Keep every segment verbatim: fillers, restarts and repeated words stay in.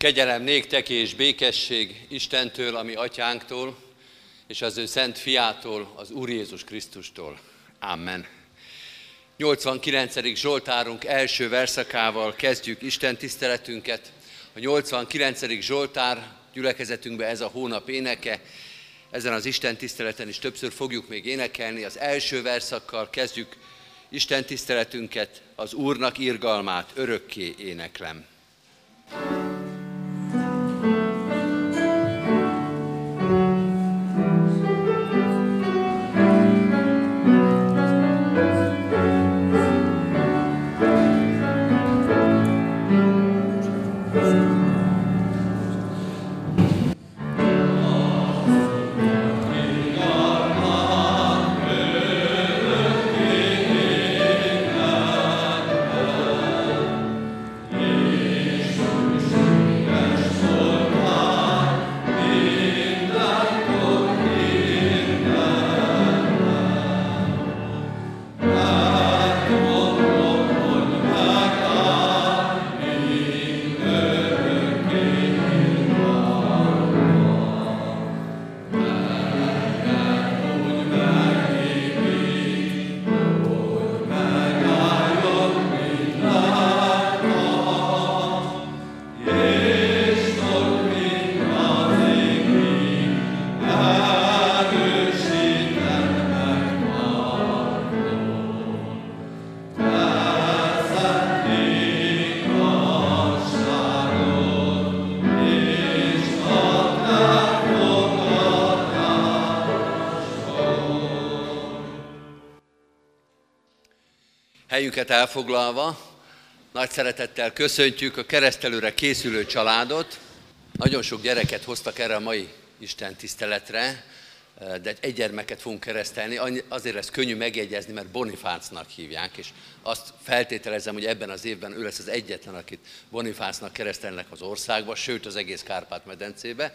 Kegyelem néktek és békesség Istentől, a mi atyánktól, és az ő szent fiától, az Úr Jézus Krisztustól. Amen. nyolcvankilencedik Zsoltárunk első verszakával kezdjük Isten tiszteletünket. A nyolcvankilencedik Zsoltár gyülekezetünkben ez a hónap éneke. Ezen az Isten tiszteleten is többször fogjuk még énekelni. Az első verszakkal kezdjük Isten tiszteletünket, az Úrnak irgalmát örökké éneklem. Helyünket elfoglalva, nagy szeretettel köszöntjük a keresztelőre készülő családot. Nagyon sok gyereket hoztak erre a mai Isten tiszteletre, de egy gyermeket fogunk keresztelni. Azért lesz könnyű megjegyezni, mert Bonifácnak hívják, és azt feltételezem, hogy ebben az évben ő lesz az egyetlen, akit Bonifácnak keresztelnek az országba, sőt az egész Kárpát-medencébe.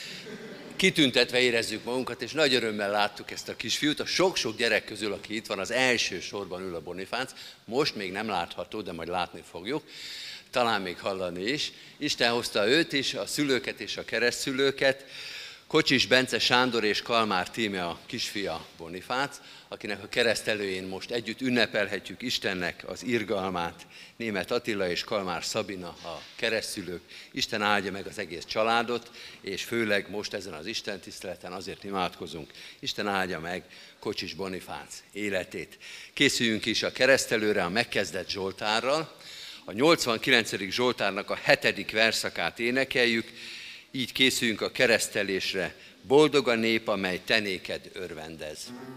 Kitüntetve érezzük magunkat, és nagy örömmel láttuk ezt a kisfiút. A sok-sok gyerek közül, aki itt van, az első sorban ül a Bonifác. Most még nem látható, de majd látni fogjuk. Talán még hallani is. Isten hozta őt is, a szülőket és a keresztszülőket. Kocsis Bence Sándor és Kalmár Tíme a kisfia Bonifác, akinek a keresztelőjén most együtt ünnepelhetjük Istennek az irgalmát. Németh Attila és Kalmár Szabina a keresztszülők. Isten áldja meg az egész családot, és főleg most ezen az Isten tiszteleten azért imádkozunk. Isten áldja meg Kocsis Bonifác életét. Készüljünk is a keresztelőre a megkezdett Zsoltárral. A nyolcvankilencedik Zsoltárnak a hetedik verszakát énekeljük. Így készüljünk a keresztelésre. Boldog a nép, amely te néked örvendez.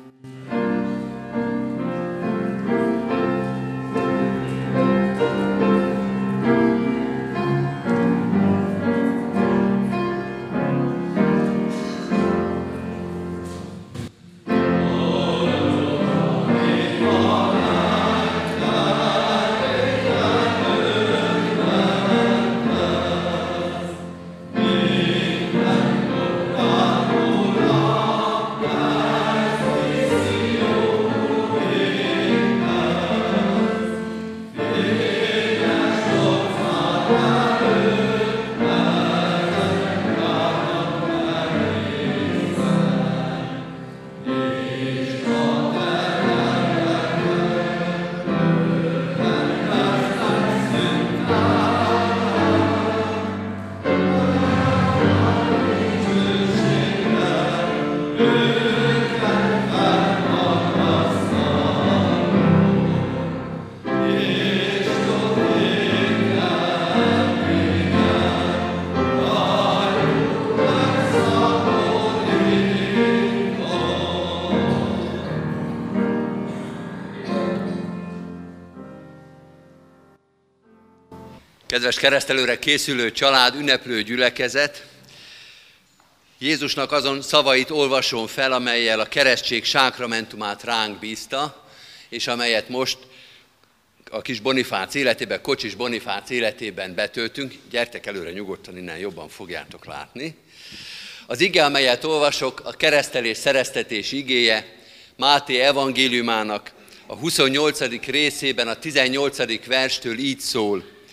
Kedves keresztelőre készülő család, ünneplő gyülekezet, Jézusnak azon szavait olvasom fel, amellyel a keresztség sákramentumát ránk bízta, és amelyet most a kis Bonifác életében, Kocsis Bonifác életében betöltünk. Gyertek előre nyugodtan, innen jobban fogjátok látni. Az ige, amelyet olvasok, a keresztelés szereztetés igéje, Máté evangéliumának a huszonnyolcadik részében, a tizennyolcadik verstől így szól.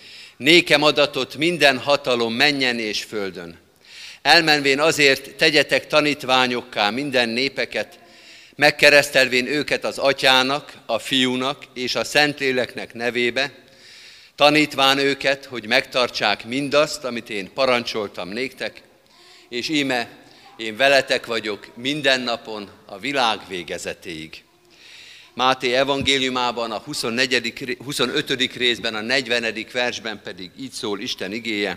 Nékem adatot minden hatalom mennyen és földön. Elmenvén azért tegyetek tanítványokká minden népeket, megkeresztelvén őket az Atyának, a Fiúnak és a Szentléleknek nevébe, tanítván őket, hogy megtartsák mindazt, amit én parancsoltam néktek, és íme én veletek vagyok minden napon a világ végezetéig. Máté evangéliumában a huszonnegyedik, huszonötödik részben, a negyvenedik versben pedig így szól Isten igéje.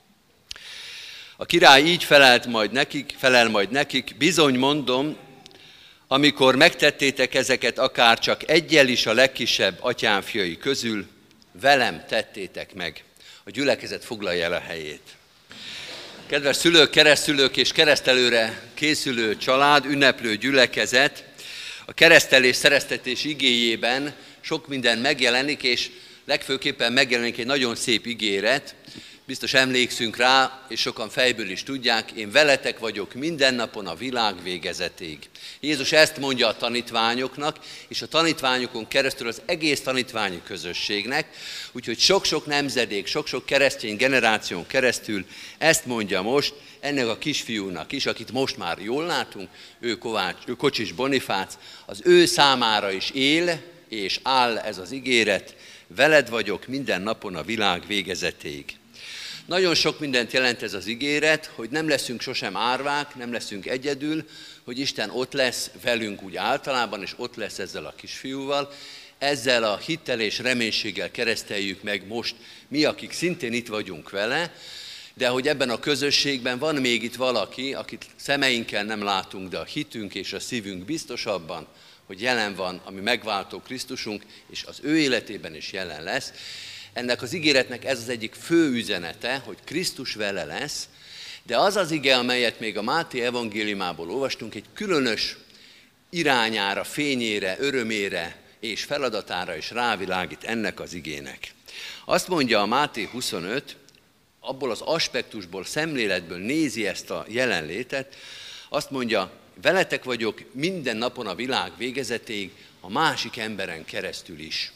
A király így felelt majd nekik, felel majd nekik, bizony mondom, amikor megtettétek ezeket akár csak egyel is a legkisebb atyám fiai közül, velem tettétek meg. A gyülekezet foglalja el a helyét. Kedves szülők, keresztszülők és keresztelőre készülő család, ünneplő gyülekezet, a keresztelés, szereztetés igéjében sok minden megjelenik, és legfőképpen megjelenik egy nagyon szép ígéret. Biztos emlékszünk rá, és sokan fejből is tudják, én veletek vagyok minden napon a világ végezetéig. Jézus ezt mondja a tanítványoknak, és a tanítványokon keresztül az egész tanítványi közösségnek, úgyhogy sok-sok nemzedék, sok-sok keresztény generáción keresztül ezt mondja most ennek a kisfiúnak is, akit most már jól látunk, ő, Kovács, ő Kocsis Bonifác, az ő számára is él és áll ez az ígéret, veled vagyok minden napon a világ végezetéig. Nagyon sok mindent jelent ez az ígéret, hogy nem leszünk sosem árvák, nem leszünk egyedül, hogy Isten ott lesz velünk úgy általában, és ott lesz ezzel a kisfiúval. Ezzel a hittel és reménységgel kereszteljük meg most mi, akik szintén itt vagyunk vele, de hogy ebben a közösségben van még itt valaki, akit szemeinkkel nem látunk, de a hitünk és a szívünk biztos abban, hogy jelen van a mi megváltó Krisztusunk, és az ő életében is jelen lesz. Ennek az ígéretnek ez az egyik fő üzenete, hogy Krisztus vele lesz, de az az ige, amelyet még a Máté evangéliumából olvastunk, egy különös irányára, fényére, örömére és feladatára is rávilágít ennek az igének. Azt mondja a Máté huszonöt, abból az aspektusból, szemléletből nézi ezt a jelenlétet, azt mondja, veletek vagyok minden napon a világ végezetéig, a másik emberen keresztül is.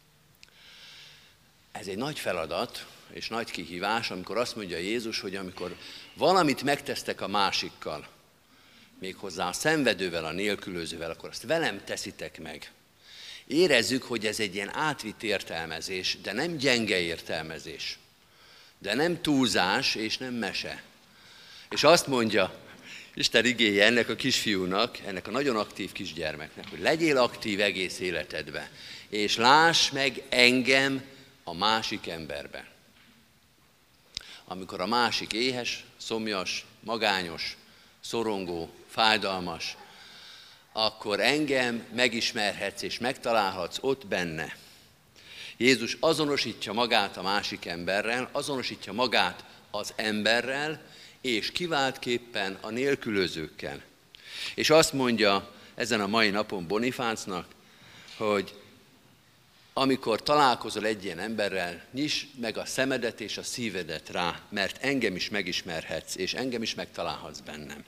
Ez egy nagy feladat és nagy kihívás, amikor azt mondja Jézus, hogy amikor valamit megtesztek a másikkal, méghozzá a szenvedővel, a nélkülözővel, akkor azt velem teszitek meg. Érezzük, hogy ez egy ilyen átvitt értelmezés, de nem gyenge értelmezés, de nem túlzás és nem mese. És azt mondja Isten igéje ennek a kisfiúnak, ennek a nagyon aktív kisgyermeknek, hogy legyél aktív egész életedbe, és láss meg engem a másik emberbe. Amikor a másik éhes, szomjas, magányos, szorongó, fájdalmas, akkor engem megismerhetsz és megtalálhatsz ott benne. Jézus azonosítja magát a másik emberrel, azonosítja magát az emberrel, és kiváltképpen a nélkülözőkkel. És azt mondja ezen a mai napon Bonifácnak, hogy amikor találkozol egy ilyen emberrel, nyisd meg a szemedet és a szívedet rá, mert engem is megismerhetsz, és engem is megtalálhatsz bennem.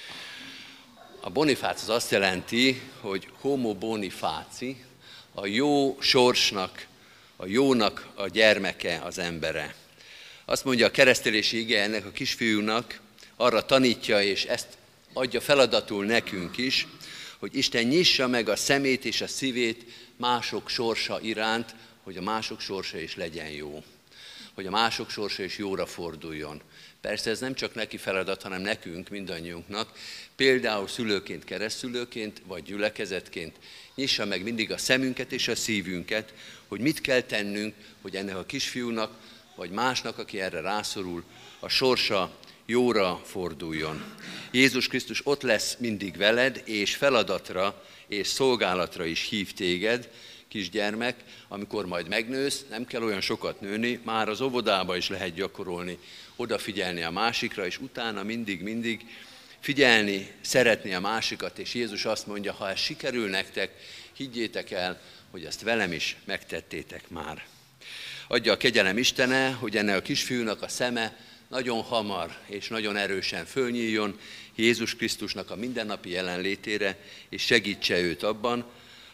A Bonifác az azt jelenti, hogy homo bonifaci, a jó sorsnak, a jónak a gyermeke, az embere. Azt mondja a keresztelési ige ennek a kisfiúnak, arra tanítja, és ezt adja feladatul nekünk is, hogy Isten nyissa meg a szemét és a szívét mások sorsa iránt, hogy a mások sorsa is legyen jó. Hogy a mások sorsa is jóra forduljon. Persze ez nem csak neki feladat, hanem nekünk, mindannyiunknak. Például szülőként, keresztszülőként, vagy gyülekezetként nyissa meg mindig a szemünket és a szívünket, hogy mit kell tennünk, hogy ennek a kisfiúnak, vagy másnak, aki erre rászorul, a sorsa jóra forduljon. Jézus Krisztus ott lesz mindig veled, és feladatra és szolgálatra is hív téged, kisgyermek, amikor majd megnősz, nem kell olyan sokat nőni, már az óvodába is lehet gyakorolni, odafigyelni a másikra, és utána mindig-mindig figyelni, szeretni a másikat, és Jézus azt mondja, ha ez sikerül nektek, higgyétek el, hogy ezt velem is megtettétek már. Adja a kegyelem Istene, hogy ennek a kisfiúnak a szeme nagyon hamar és nagyon erősen fölnyíljon Jézus Krisztusnak a mindennapi jelenlétére, és segítse őt abban,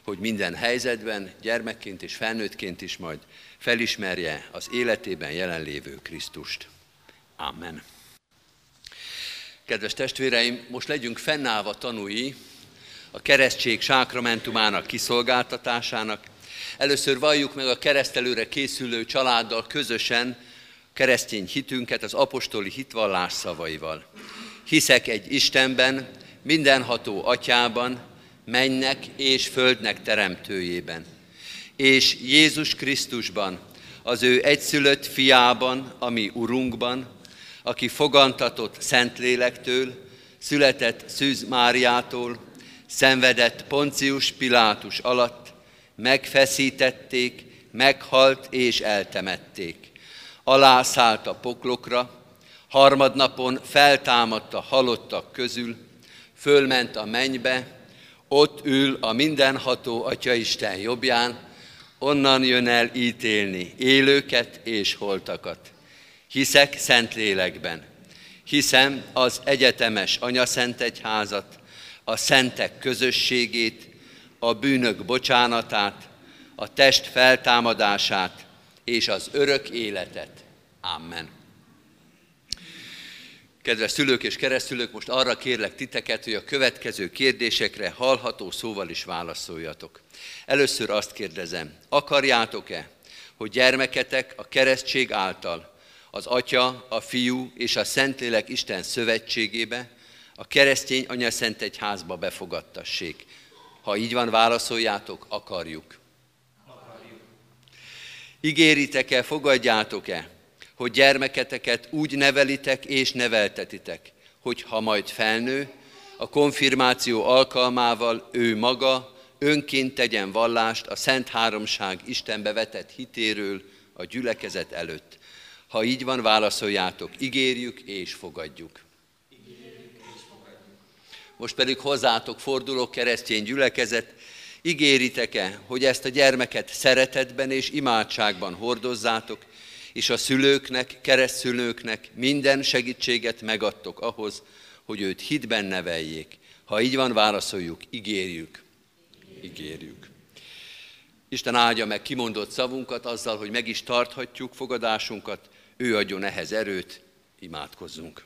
hogy minden helyzetben, gyermekként és felnőttként is majd felismerje az életében jelenlévő Krisztust. Amen. Kedves testvéreim, most legyünk fennállva tanúi a keresztség sákramentumának kiszolgáltatásának. Először valljuk meg a keresztelőre készülő családdal közösen keresztény hitünket az apostoli hitvallás szavaival. Hiszek egy Istenben, mindenható Atyában, mennynek és földnek teremtőjében, és Jézus Krisztusban, az ő egyszülött fiában, ami Urunkban, aki fogantatott Szentlélektől, született Szűz Máriától, szenvedett Poncius Pilátus alatt, megfeszítették, meghalt és eltemették. Alászállt a poklokra, harmadnapon feltámadt a halottak közül, fölment a mennybe, ott ül a mindenható Atyaisten jobbján, onnan jön el ítélni élőket és holtakat. Hiszek Szentlélekben, hiszem az egyetemes anyaszentegyházat, a szentek közösségét, a bűnök bocsánatát, a test feltámadását és az örök életet. Amen. Kedves szülők és keresztülők, most arra kérlek titeket, hogy a következő kérdésekre hallható szóval is válaszoljatok. Először azt kérdezem, akarjátok-e, hogy gyermeketek a keresztség által az Atya, a Fiú és a Szentlélek Isten szövetségébe, a keresztény anyaszentegyházba befogadtassék? Ha így van, válaszoljátok, akarjuk. Akarjuk. Ígéritek-e, fogadjátok-e, hogy gyermeketeket úgy nevelitek és neveltetitek, hogy ha majd felnő, a konfirmáció alkalmával ő maga önként tegyen vallást a Szent Háromság Istenbe vetett hitéről a gyülekezet előtt? Ha így van, válaszoljátok, ígérjük és fogadjuk. Ígérjük és fogadjuk. Most pedig hozzátok fordulok, keresztény gyülekezet, ígéritek-e, hogy ezt a gyermeket szeretetben és imádságban hordozzátok, és a szülőknek, keresztszülőknek minden segítséget megadtok ahhoz, hogy őt hitben neveljék? Ha így van, válaszoljuk, ígérjük. Ígérjük. Isten áldja meg kimondott szavunkat azzal, hogy meg is tarthatjuk fogadásunkat, ő adjon ehhez erőt, imádkozzunk.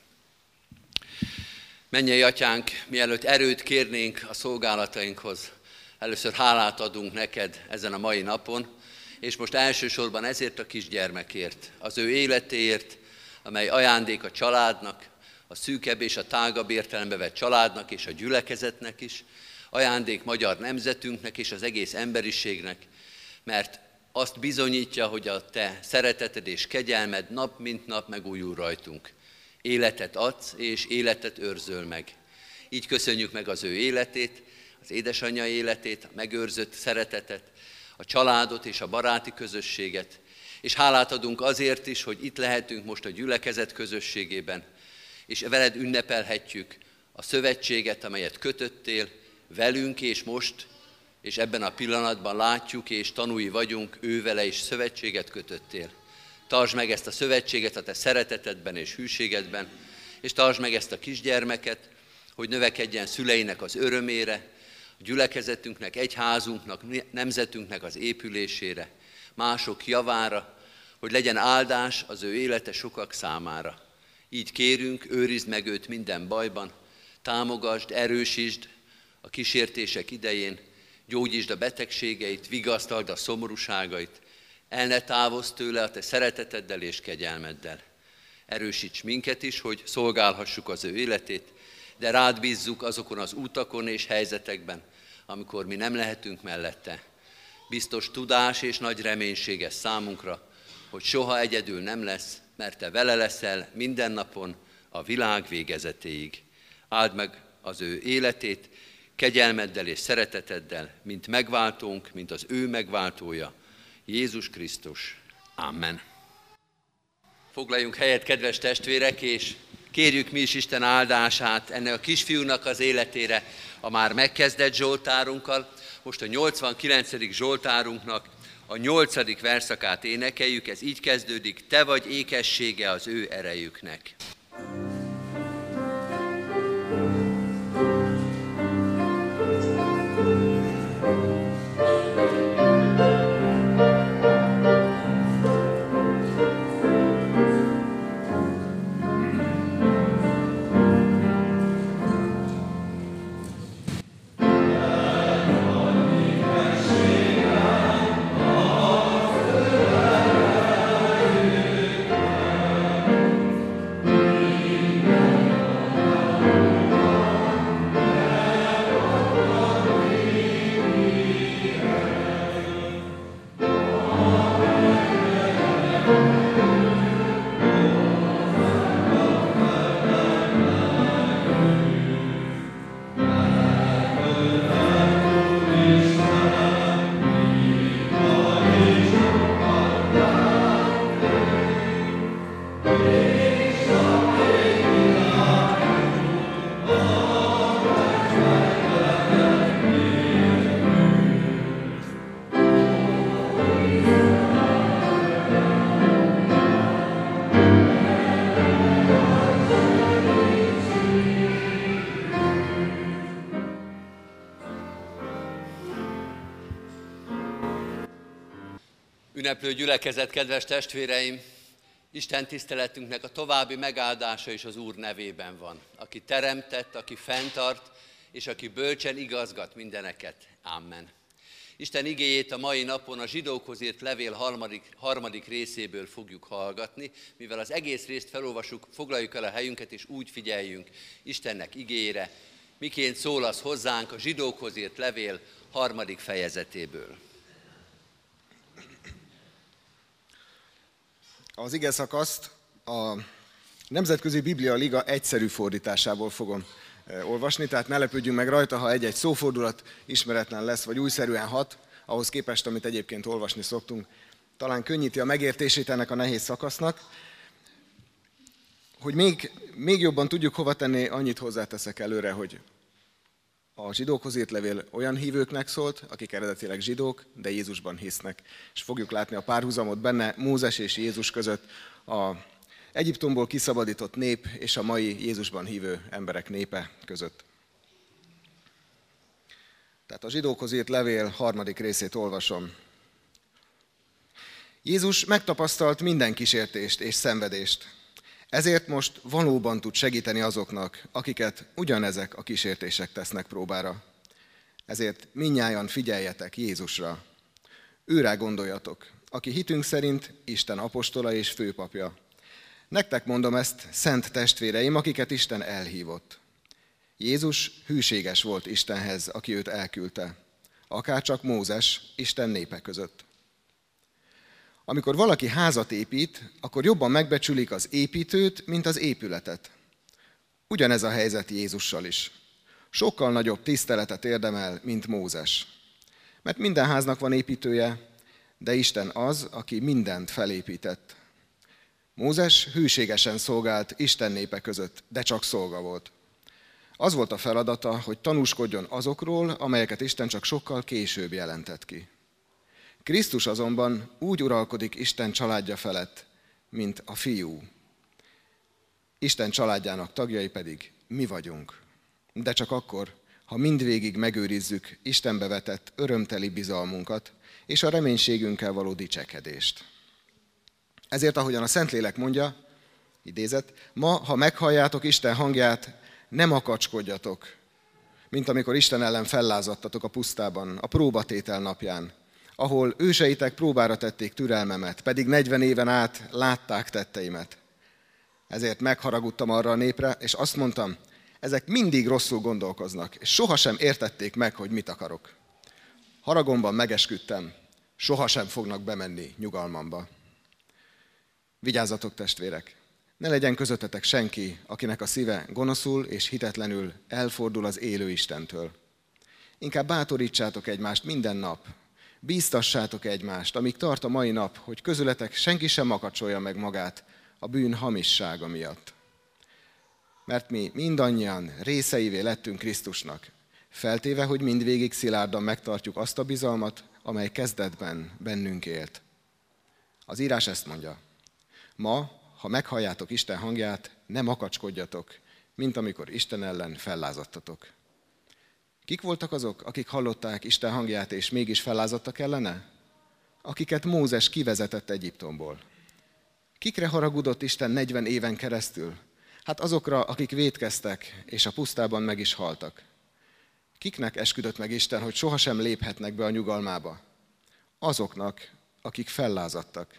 Mennyei Atyánk, mielőtt erőt kérnénk a szolgálatainkhoz, először hálát adunk neked ezen a mai napon, és most elsősorban ezért a kisgyermekért, az ő életéért, amely ajándék a családnak, a szűkebb és a tágabb értelembe vett családnak és a gyülekezetnek is, ajándék magyar nemzetünknek és az egész emberiségnek, mert azt bizonyítja, hogy a te szereteted és kegyelmed nap mint nap megújul rajtunk. Életet adsz és életet őrzöl meg. Így köszönjük meg az ő életét, az édesanyja életét, a megőrzött szeretetet, a családot és a baráti közösséget, és hálát adunk azért is, hogy itt lehetünk most a gyülekezet közösségében, és veled ünnepelhetjük a szövetséget, amelyet kötöttél velünk, és most, és ebben a pillanatban látjuk, és tanúi vagyunk, ő vele is szövetséget kötöttél. Tartsd meg ezt a szövetséget a te szeretetedben és hűségedben, és tartsd meg ezt a kisgyermeket, hogy növekedjen szüleinek az örömére, a gyülekezetünknek, egyházunknak, nemzetünknek az épülésére, mások javára, hogy legyen áldás az ő élete sokak számára. Így kérünk, őrizd meg őt minden bajban, támogasd, erősítsd a kísértések idején, gyógyítsd a betegségeit, vigasztald a szomorúságait, el ne távozz tőle a te szereteteddel és kegyelmeddel. Erősíts minket is, hogy szolgálhassuk az ő életét, de rád bízzuk azokon az utakon és helyzetekben, amikor mi nem lehetünk mellette. Biztos tudás és nagy reménységes számunkra, hogy soha egyedül nem lesz, mert te vele leszel minden napon a világ végezetéig. Áld meg az ő életét, kegyelmeddel és szereteteddel, mint megváltónk, mint az ő megváltója, Jézus Krisztus. Amen. Foglaljunk helyet, kedves testvérek, és kérjük mi is Isten áldását ennek a kisfiúnak az életére a már megkezdett zsoltárunkkal. Most a nyolcvankilencedik zsoltárunknak a nyolcadik verszakát énekeljük, ez így kezdődik: te vagy ékessége az ő erejüknek. Ünneplő gyülekezet, kedves testvéreim! Isten tiszteletünknek a további megáldása is az Úr nevében van, aki teremtett, aki fenntart, és aki bölcsen igazgat mindeneket. Amen. Isten igéjét a mai napon a Zsidókhoz írt levél harmadik, harmadik részéből fogjuk hallgatni, mivel az egész részt felolvasjuk, foglaljuk el a helyünket, és úgy figyeljünk Istennek igéjére, miként szól az hozzánk a Zsidókhoz írt levél harmadik fejezetéből. Az ige szakaszt a Nemzetközi Biblia Liga egyszerű fordításából fogom olvasni, tehát ne lepődjünk meg rajta, ha egy-egy szófordulat ismeretlen lesz, vagy újszerűen hat, ahhoz képest, amit egyébként olvasni szoktunk. Talán könnyíti a megértését ennek a nehéz szakasznak. Hogy még, még jobban tudjuk hova tenni, annyit hozzáteszek előre, hogy a Zsidókhoz írt levél olyan hívőknek szólt, akik eredetileg zsidók, de Jézusban hisznek. És fogjuk látni a párhuzamot benne Mózes és Jézus között, a Egyiptomból kiszabadított nép és a mai Jézusban hívő emberek népe között. Tehát a Zsidókhoz írt levél harmadik részét olvasom. Jézus megtapasztalt minden kísértést és szenvedést. Ezért most valóban tud segíteni azoknak, akiket ugyanezek a kísértések tesznek próbára. Ezért mindnyájan figyeljetek Jézusra. Őrá gondoljatok, aki hitünk szerint Isten apostola és főpapja. Nektek mondom ezt, szent testvéreim, akiket Isten elhívott. Jézus hűséges volt Istenhez, aki őt elküldte, akárcsak Mózes Isten népe között. Amikor valaki házat épít, akkor jobban megbecsülik az építőt, mint az épületet. Ugyanez a helyzet Jézussal is. Sokkal nagyobb tiszteletet érdemel, mint Mózes. Mert minden háznak van építője, de Isten az, aki mindent felépített. Mózes hűségesen szolgált Isten népe között, de csak szolga volt. Az volt a feladata, hogy tanúskodjon azokról, amelyeket Isten csak sokkal később jelentett ki. Krisztus azonban úgy uralkodik Isten családja felett, mint a fiú. Isten családjának tagjai pedig mi vagyunk. De csak akkor, ha mindvégig megőrizzük Istenbe vetett örömteli bizalmunkat és a reménységünkkel való dicsekedést. Ezért, ahogyan a Szentlélek mondja, idézet, ma, ha meghalljátok Isten hangját, ne makacskodjatok, mint amikor Isten ellen fellázadtatok a pusztában, a próbatétel napján, ahol őseitek próbára tették türelmemet, pedig negyven éven át látták tetteimet. Ezért megharagudtam arra a népre, és azt mondtam, ezek mindig rosszul gondolkoznak, és sohasem értették meg, hogy mit akarok. Haragomban megesküdtem, sohasem fognak bemenni nyugalmamba. Vigyázzatok, testvérek! Ne legyen közöttetek senki, akinek a szíve gonoszul és hitetlenül elfordul az élő Istentől. Inkább bátorítsátok egymást minden nap, bíztassátok egymást, amíg tart a mai nap, hogy közületek senki sem makacsolja meg magát a bűn hamissága miatt. Mert mi mindannyian részeivé lettünk Krisztusnak, feltéve, hogy mindvégig szilárdan megtartjuk azt a bizalmat, amely kezdetben bennünk élt. Az írás ezt mondja. Ma, ha meghalljátok Isten hangját, ne makacskodjatok, mint amikor Isten ellen fellázadtatok. Kik voltak azok, akik hallották Isten hangját, és mégis fellázadtak ellene? Akiket Mózes kivezetett Egyiptomból. Kikre haragudott Isten negyven éven keresztül? Hát azokra, akik vétkeztek, és a pusztában meg is haltak. Kiknek esküdött meg Isten, hogy sohasem léphetnek be a nyugalmába? Azoknak, akik fellázadtak.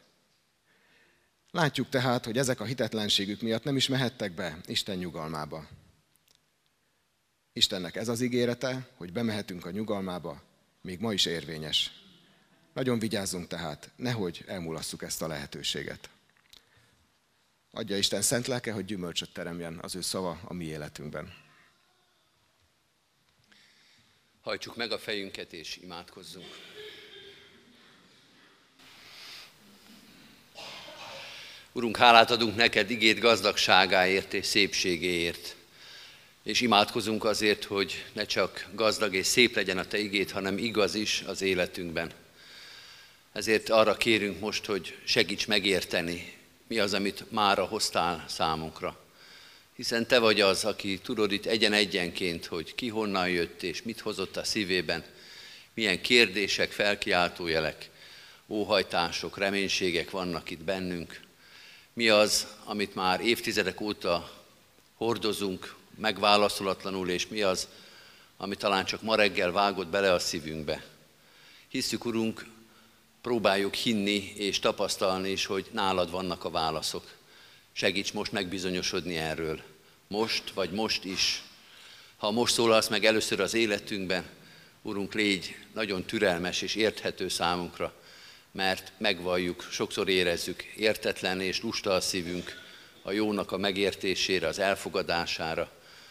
Látjuk tehát, hogy ezek a hitetlenségük miatt nem is mehettek be Isten nyugalmába. Istennek ez az ígérete, hogy bemehetünk a nyugalmába, még ma is érvényes. Nagyon vigyázzunk tehát, nehogy elmulasszuk ezt a lehetőséget. Adja Isten szent lelke, hogy gyümölcsöt teremjen az ő szava a mi életünkben. Hajtsuk meg a fejünket és imádkozzunk. Urunk, hálát adunk neked igéd gazdagságáért és szépségéért. És imádkozunk azért, hogy ne csak gazdag és szép legyen a te igéd, hanem igaz is az életünkben. Ezért arra kérünk most, hogy segíts megérteni, mi az, amit mára hoztál számunkra. Hiszen te vagy az, aki tudod itt egyen-egyenként, hogy ki honnan jött és mit hozott a szívében, milyen kérdések, felkiáltójelek óhajtások, reménységek vannak itt bennünk. Mi az, amit már évtizedek óta hordozunk megválaszolatlanul, és mi az, ami talán csak ma reggel vágott bele a szívünkbe. Hisszük, Urunk, próbáljuk hinni és tapasztalni is, hogy nálad vannak a válaszok. Segíts most megbizonyosodni erről. Most, vagy most is. Ha most szólalsz meg először az életünkben, Urunk, légy nagyon türelmes és érthető számunkra, mert megvalljuk, sokszor érezzük, értetlen és lusta a szívünk a jónak a megértésére, az elfogadására.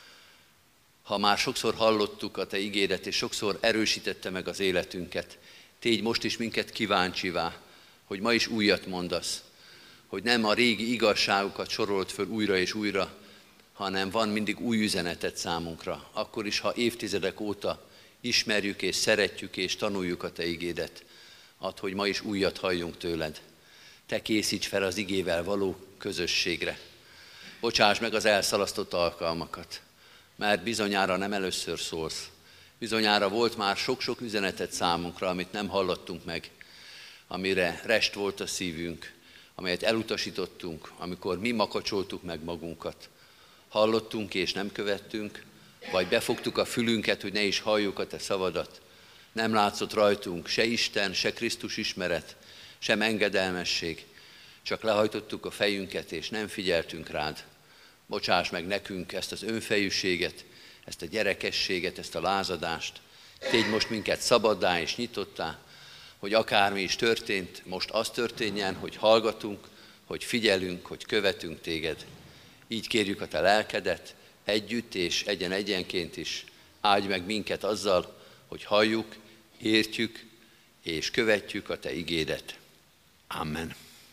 Ha már sokszor hallottuk a Te igédet, és sokszor erősítette meg az életünket, tégy most is minket kíváncsivá, hogy ma is újat mondasz, hogy nem a régi igazságokat sorolt föl újra és újra, hanem van mindig új üzenetet számunkra, akkor is, ha évtizedek óta ismerjük és szeretjük és tanuljuk a Te igédet. Add, hogy ma is újat halljunk tőled. Te készíts fel az igével való közösségre. Bocsáss meg az elszalasztott alkalmakat, mert bizonyára nem először szólsz. Bizonyára volt már sok-sok üzenetet számunkra, amit nem hallottunk meg, amire rest volt a szívünk, amelyet elutasítottunk, amikor mi makacsoltuk meg magunkat. Hallottunk és nem követtünk, vagy befogtuk a fülünket, hogy ne is halljuk a Te szavadat. Nem látszott rajtunk se Isten, se Krisztus ismeret, sem engedelmesség, csak lehajtottuk a fejünket, és nem figyeltünk rád. Bocsáss meg nekünk ezt az önfejűséget, ezt a gyerekességet, ezt a lázadást. Tégy most minket szabaddá és nyitottá, hogy akármi is történt, most az történjen, hogy hallgatunk, hogy figyelünk, hogy követünk téged. Így kérjük a Te lelkedet, együtt és egyen-egyenként is. Áldj meg minket azzal, hogy halljuk, értjük és követjük a Te igédet. Amen.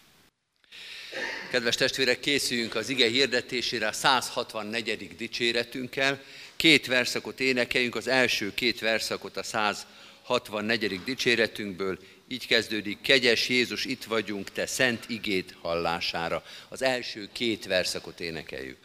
Kedves testvérek, készüljünk az ige hirdetésére a száz hatvannegyedik dicséretünkkel. Két verszakot énekeljünk, az első két verszakot a száz hatvannegyedik dicséretünkből. Így kezdődik: kegyes Jézus, itt vagyunk, Te szent igéd hallására. Az első két verszakot énekeljük.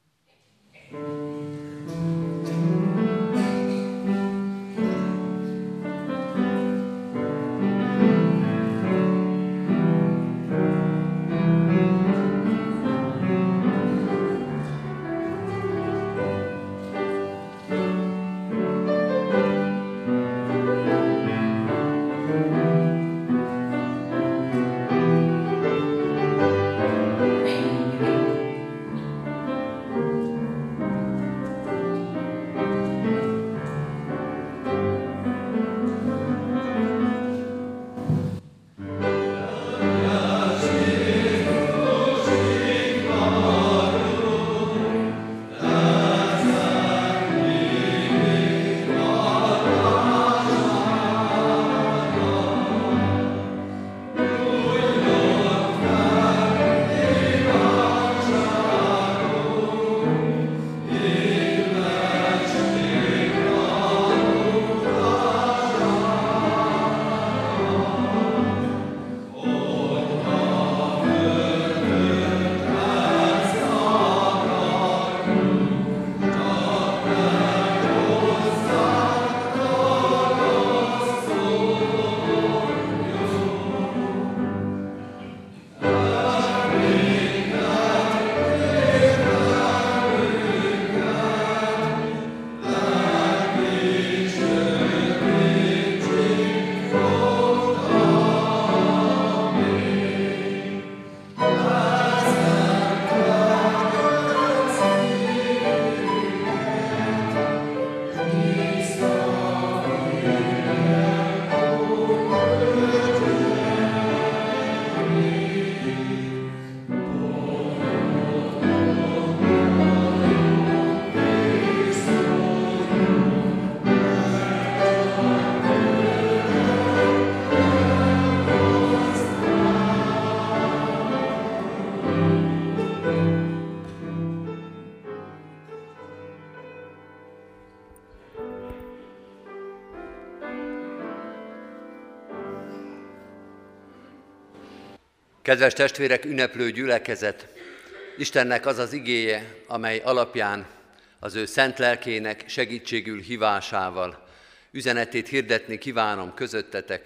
Kedves testvérek, ünneplő gyülekezet, Istennek az az igéje, amely alapján az ő szent lelkének segítségül hívásával üzenetét hirdetni kívánom közöttetek,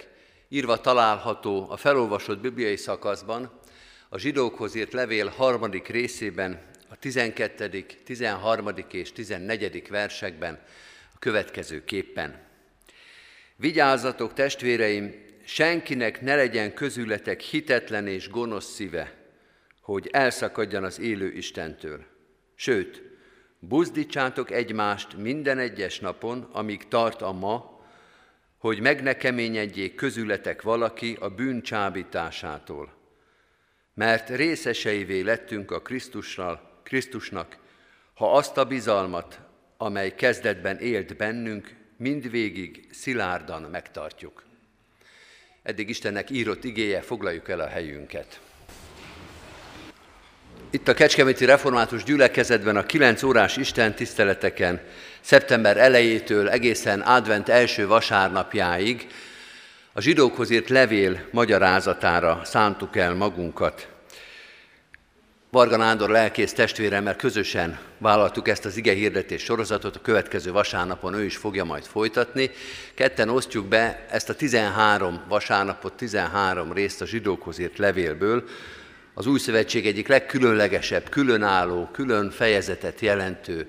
írva található a felolvasott bibliai szakaszban, a zsidókhoz írt levél harmadik részében, a tizenkettedik, tizenharmadik és tizennegyedik versekben a következőképpen. Vigyázzatok, testvéreim, senkinek ne legyen közületek hitetlen és gonosz szíve, hogy elszakadjan az élő Istentől. Sőt, buzdítsátok egymást minden egyes napon, amíg tart a ma, hogy meg ne keményedjék közületek valaki a bűn csábításától. Mert részeseivé lettünk a Krisztussal, Krisztusnak, ha azt a bizalmat, amely kezdetben élt bennünk, mindvégig szilárdan megtartjuk. Eddig Istennek írott igéje, foglaljuk el a helyünket. Itt a Kecskeméti Református Gyülekezetben a kilenc órás istentiszteleteken szeptember elejétől egészen advent első vasárnapjáig a zsidókhoz írt levél magyarázatára szántuk el magunkat. Varga Nándor lelkész testvéremmel közösen vállaltuk ezt az igehirdetés sorozatot, a következő vasárnapon ő is fogja majd folytatni. Ketten osztjuk be ezt a tizenhárom vasárnapot, tizenhárom részt a zsidókhoz írt levélből, az Új Szövetség egyik legkülönlegesebb, különálló, külön fejezetet jelentő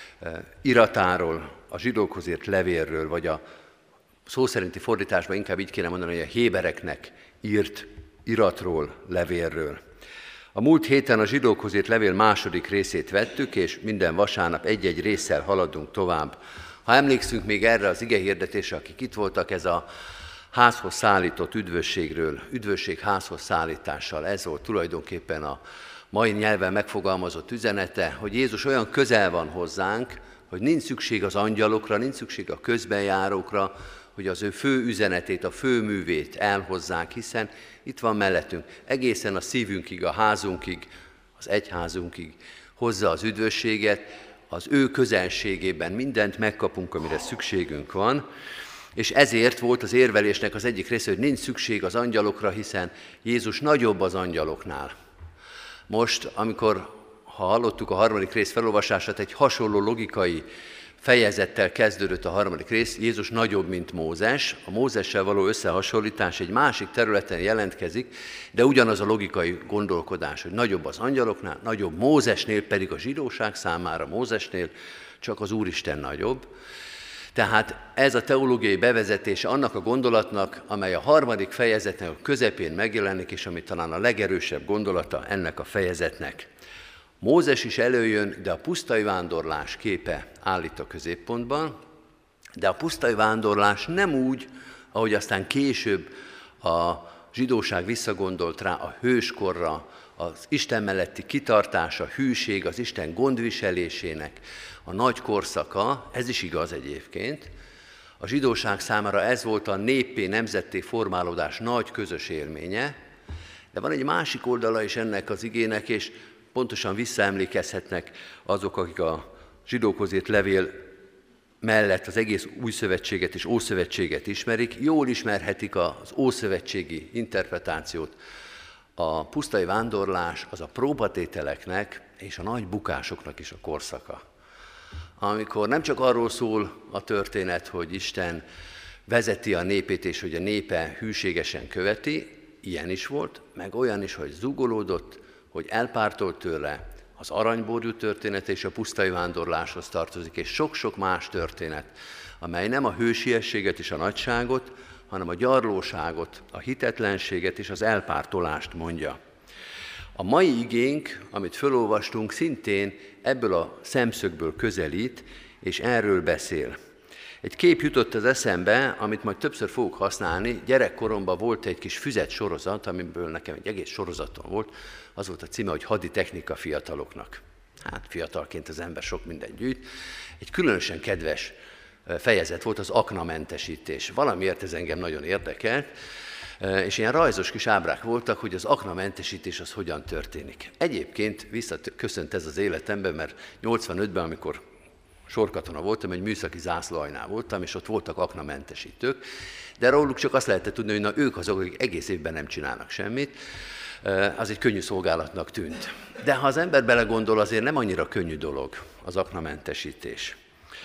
iratáról, a zsidókhoz írt levélről, vagy a szó szerinti fordításban inkább így kéne mondani, hogy a hébereknek írt iratról, levélről. A múlt héten a zsidókhoz írt levél második részét vettük, és minden vasárnap egy-egy résszel haladunk tovább. Ha emlékszünk még erre az igehirdetésre, akik itt voltak, ez a házhoz szállított üdvösségről, üdvösség házhoz szállítással, ez volt tulajdonképpen a mai nyelven megfogalmazott üzenete, hogy Jézus olyan közel van hozzánk, hogy nincs szükség az angyalokra, nincs szükség a közbenjárókra, hogy az ő fő üzenetét, a fő művét elhozzák, hiszen itt van mellettünk, egészen a szívünkig, a házunkig, az egyházunkig hozza az üdvösséget, az ő közelségében mindent megkapunk, amire szükségünk van, és ezért volt az érvelésnek az egyik része, hogy nincs szükség az angyalokra, hiszen Jézus nagyobb az angyaloknál. Most, amikor, ha hallottuk a harmadik rész felolvasását, egy hasonló logikai fejezettel kezdődött a harmadik rész, Jézus nagyobb, mint Mózes. A Mózessel való összehasonlítás egy másik területen jelentkezik, de ugyanaz a logikai gondolkodás, hogy nagyobb az angyaloknál, nagyobb Mózesnél, pedig a zsidóság számára Mózesnél csak az Úristen nagyobb. Tehát ez a teológiai bevezetése annak a gondolatnak, amely a harmadik fejezetnek a közepén megjelenik, és ami talán a legerősebb gondolata ennek a fejezetnek. Mózes is előjön, de a pusztai vándorlás képe állít a középpontban, de a pusztai vándorlás nem úgy, ahogy aztán később a zsidóság visszagondolt rá a hőskorra, az Isten melletti kitartás, a hűség, az Isten gondviselésének a nagy korszaka, ez is igaz egyébként. A zsidóság számára ez volt a néppé, nemzetté formálódás nagy közös élménye, de van egy másik oldala is ennek az igének, és pontosan visszaemlékezhetnek azok, akik a zsidókhoz írt levél mellett az egész új szövetséget és ószövetséget ismerik, jól ismerhetik az ószövetségi interpretációt. A pusztai vándorlás az a próbatételeknek és a nagy bukásoknak is a korszaka. Amikor nem csak arról szól a történet, hogy Isten vezeti a népét, és hogy a népe hűségesen követi, ilyen is volt, meg olyan is, hogy zúgolódott, hogy elpártolt tőle, az aranyborjú történet és a pusztai vándorláshoz tartozik, és sok-sok más történet, amely nem a hősiességet és a nagyságot, hanem a gyarlóságot, a hitetlenséget és az elpártolást mondja. A mai igénk, amit felolvastunk, szintén ebből a szemszögből közelít, és erről beszél. Egy kép jutott az eszembe, amit majd többször fogok használni. Gyerekkoromban volt egy kis füzet sorozat, amiből nekem egy egész sorozatom volt. Az volt a címe, hogy Haditechnika fiataloknak. Hát fiatalként az ember sok mindent gyűjt. Egy különösen kedves fejezet volt az aknamentesítés. Valamiért ez engem nagyon érdekelt, és ilyen rajzos kis ábrák voltak, hogy az aknamentesítés az hogyan történik. Egyébként visszaköszönt ez az életemben, mert nyolcvanötben, amikor sorkatona voltam, egy műszaki zászlóajnál voltam, és ott voltak aknamentesítők, de róluk csak azt lehetett tudni, hogy na, ők azok, akik egész évben nem csinálnak semmit. Az egy könnyű szolgálatnak tűnt. De ha az ember belegondol, azért nem annyira könnyű dolog az aknamentesítés.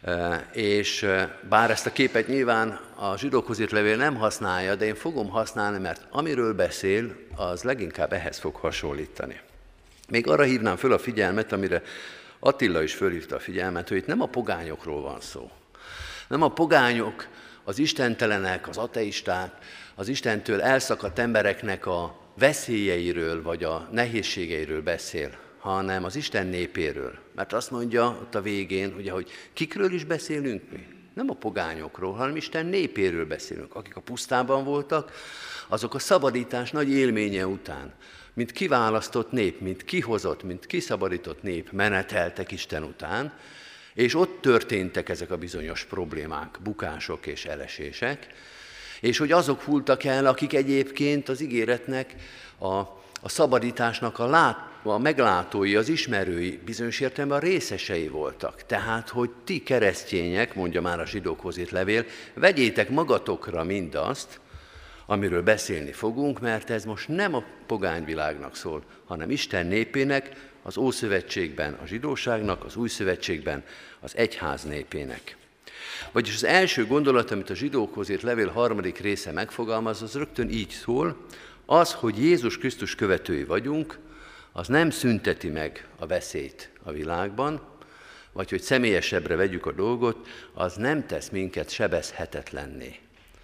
És bár ezt a képet nyilván a zsidókhoz írt levél nem használja, de én fogom használni, mert amiről beszél, az leginkább ehhez fog hasonlítani. Még arra hívnám föl a figyelmet, amire Attila is fölhívta a figyelmet, hogy itt nem a pogányokról van szó. Nem a pogányok, az istentelenek, az ateisták, az Istentől elszakadt embereknek a veszélyeiről vagy a nehézségeiről beszél, hanem az Isten népéről. Mert azt mondja ott a végén, ugye, hogy kikről is beszélünk mi? Nem a pogányokról, hanem Isten népéről beszélünk. Akik a pusztában voltak, azok a szabadítás nagy élménye után, mint kiválasztott nép, mint kihozott, mint kiszabadított nép meneteltek Isten után, és ott történtek ezek a bizonyos problémák, bukások és elesések, és hogy azok hulltak el, akik egyébként az ígéretnek, a, a szabadításnak a, lát, a meglátói, az ismerői, bizonyos értelemben a részesei voltak. Tehát, hogy ti keresztények, mondja már a zsidókhoz írt levél, vegyétek magatokra mindazt, amiről beszélni fogunk, mert ez most nem a pogányvilágnak szól, hanem Isten népének, az Ószövetségben a zsidóságnak, az Új Szövetségben az egyház népének. Vagyis az első gondolat, amit a zsidókhoz írt levél harmadik része megfogalmaz, az rögtön így szól, az, hogy Jézus Krisztus követői vagyunk, az nem szünteti meg a veszélyt a világban, vagy hogy személyesebbre vegyük a dolgot, az nem tesz minket sebezhetetlenné.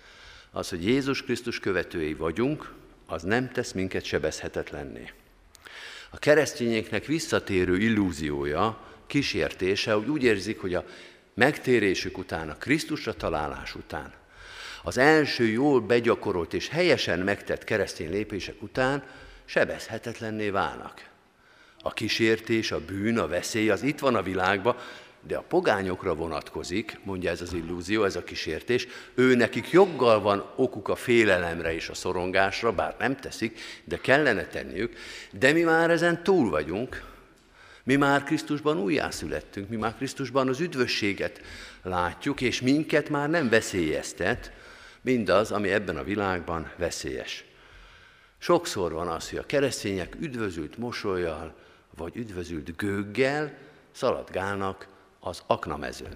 Az, hogy Jézus Krisztus követői vagyunk, az nem tesz minket sebezhetetlenné. A keresztényeknek visszatérő illúziója, kísértése, hogy úgy érzik, hogy a megtérésük után, a Krisztusra találás után, az első jól begyakorolt és helyesen megtett keresztény lépések után sebezhetetlenné válnak. A kísértés, a bűn, a veszély az itt van a világban, de a pogányokra vonatkozik, mondja ez az illúzió, ez a kísértés. Ő nekik joggal van okuk a félelemre és a szorongásra, bár nem teszik, de kellene tenniük, de mi már ezen túl vagyunk, mi már Krisztusban újjászülettünk, mi már Krisztusban az üdvösséget látjuk, és minket már nem veszélyeztet mindaz, ami ebben a világban veszélyes. Sokszor van az, hogy a keresztények üdvözült mosollyal, vagy üdvözült gőggel szaladgálnak az aknamezőn.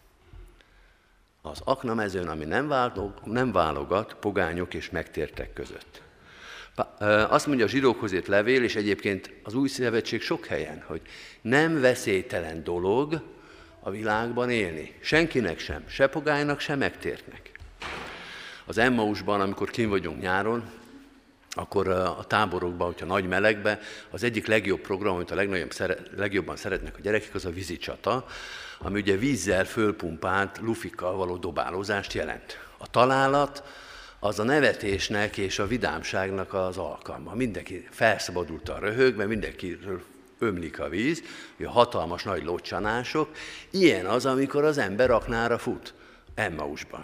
Az aknamezőn, ami nem, válog, nem válogat pogányok és megtértek között. Azt mondja a zsidókhoz írt levél, és egyébként az Új Szövetség sok helyen, hogy nem veszélytelen dolog a világban élni. Senkinek sem, se pogánynak, se megtértnek. Az Emmausban, amikor kint vagyunk nyáron, akkor a táborokban, hogyha nagy melegben, az egyik legjobb program, amit a legnagyobb, legjobban szeretnek a gyerekek, az a vízicsata, ami ugye vízzel fölpumpált lufikkal való dobálózást jelent. A találat az a nevetésnek és a vidámságnak az alkalma. Mindenki felszabadultan röhög, mert mindenkiről ömlik a víz, a hatalmas nagy locsanások. Ilyen az, amikor az ember aknára fut, Emmausban.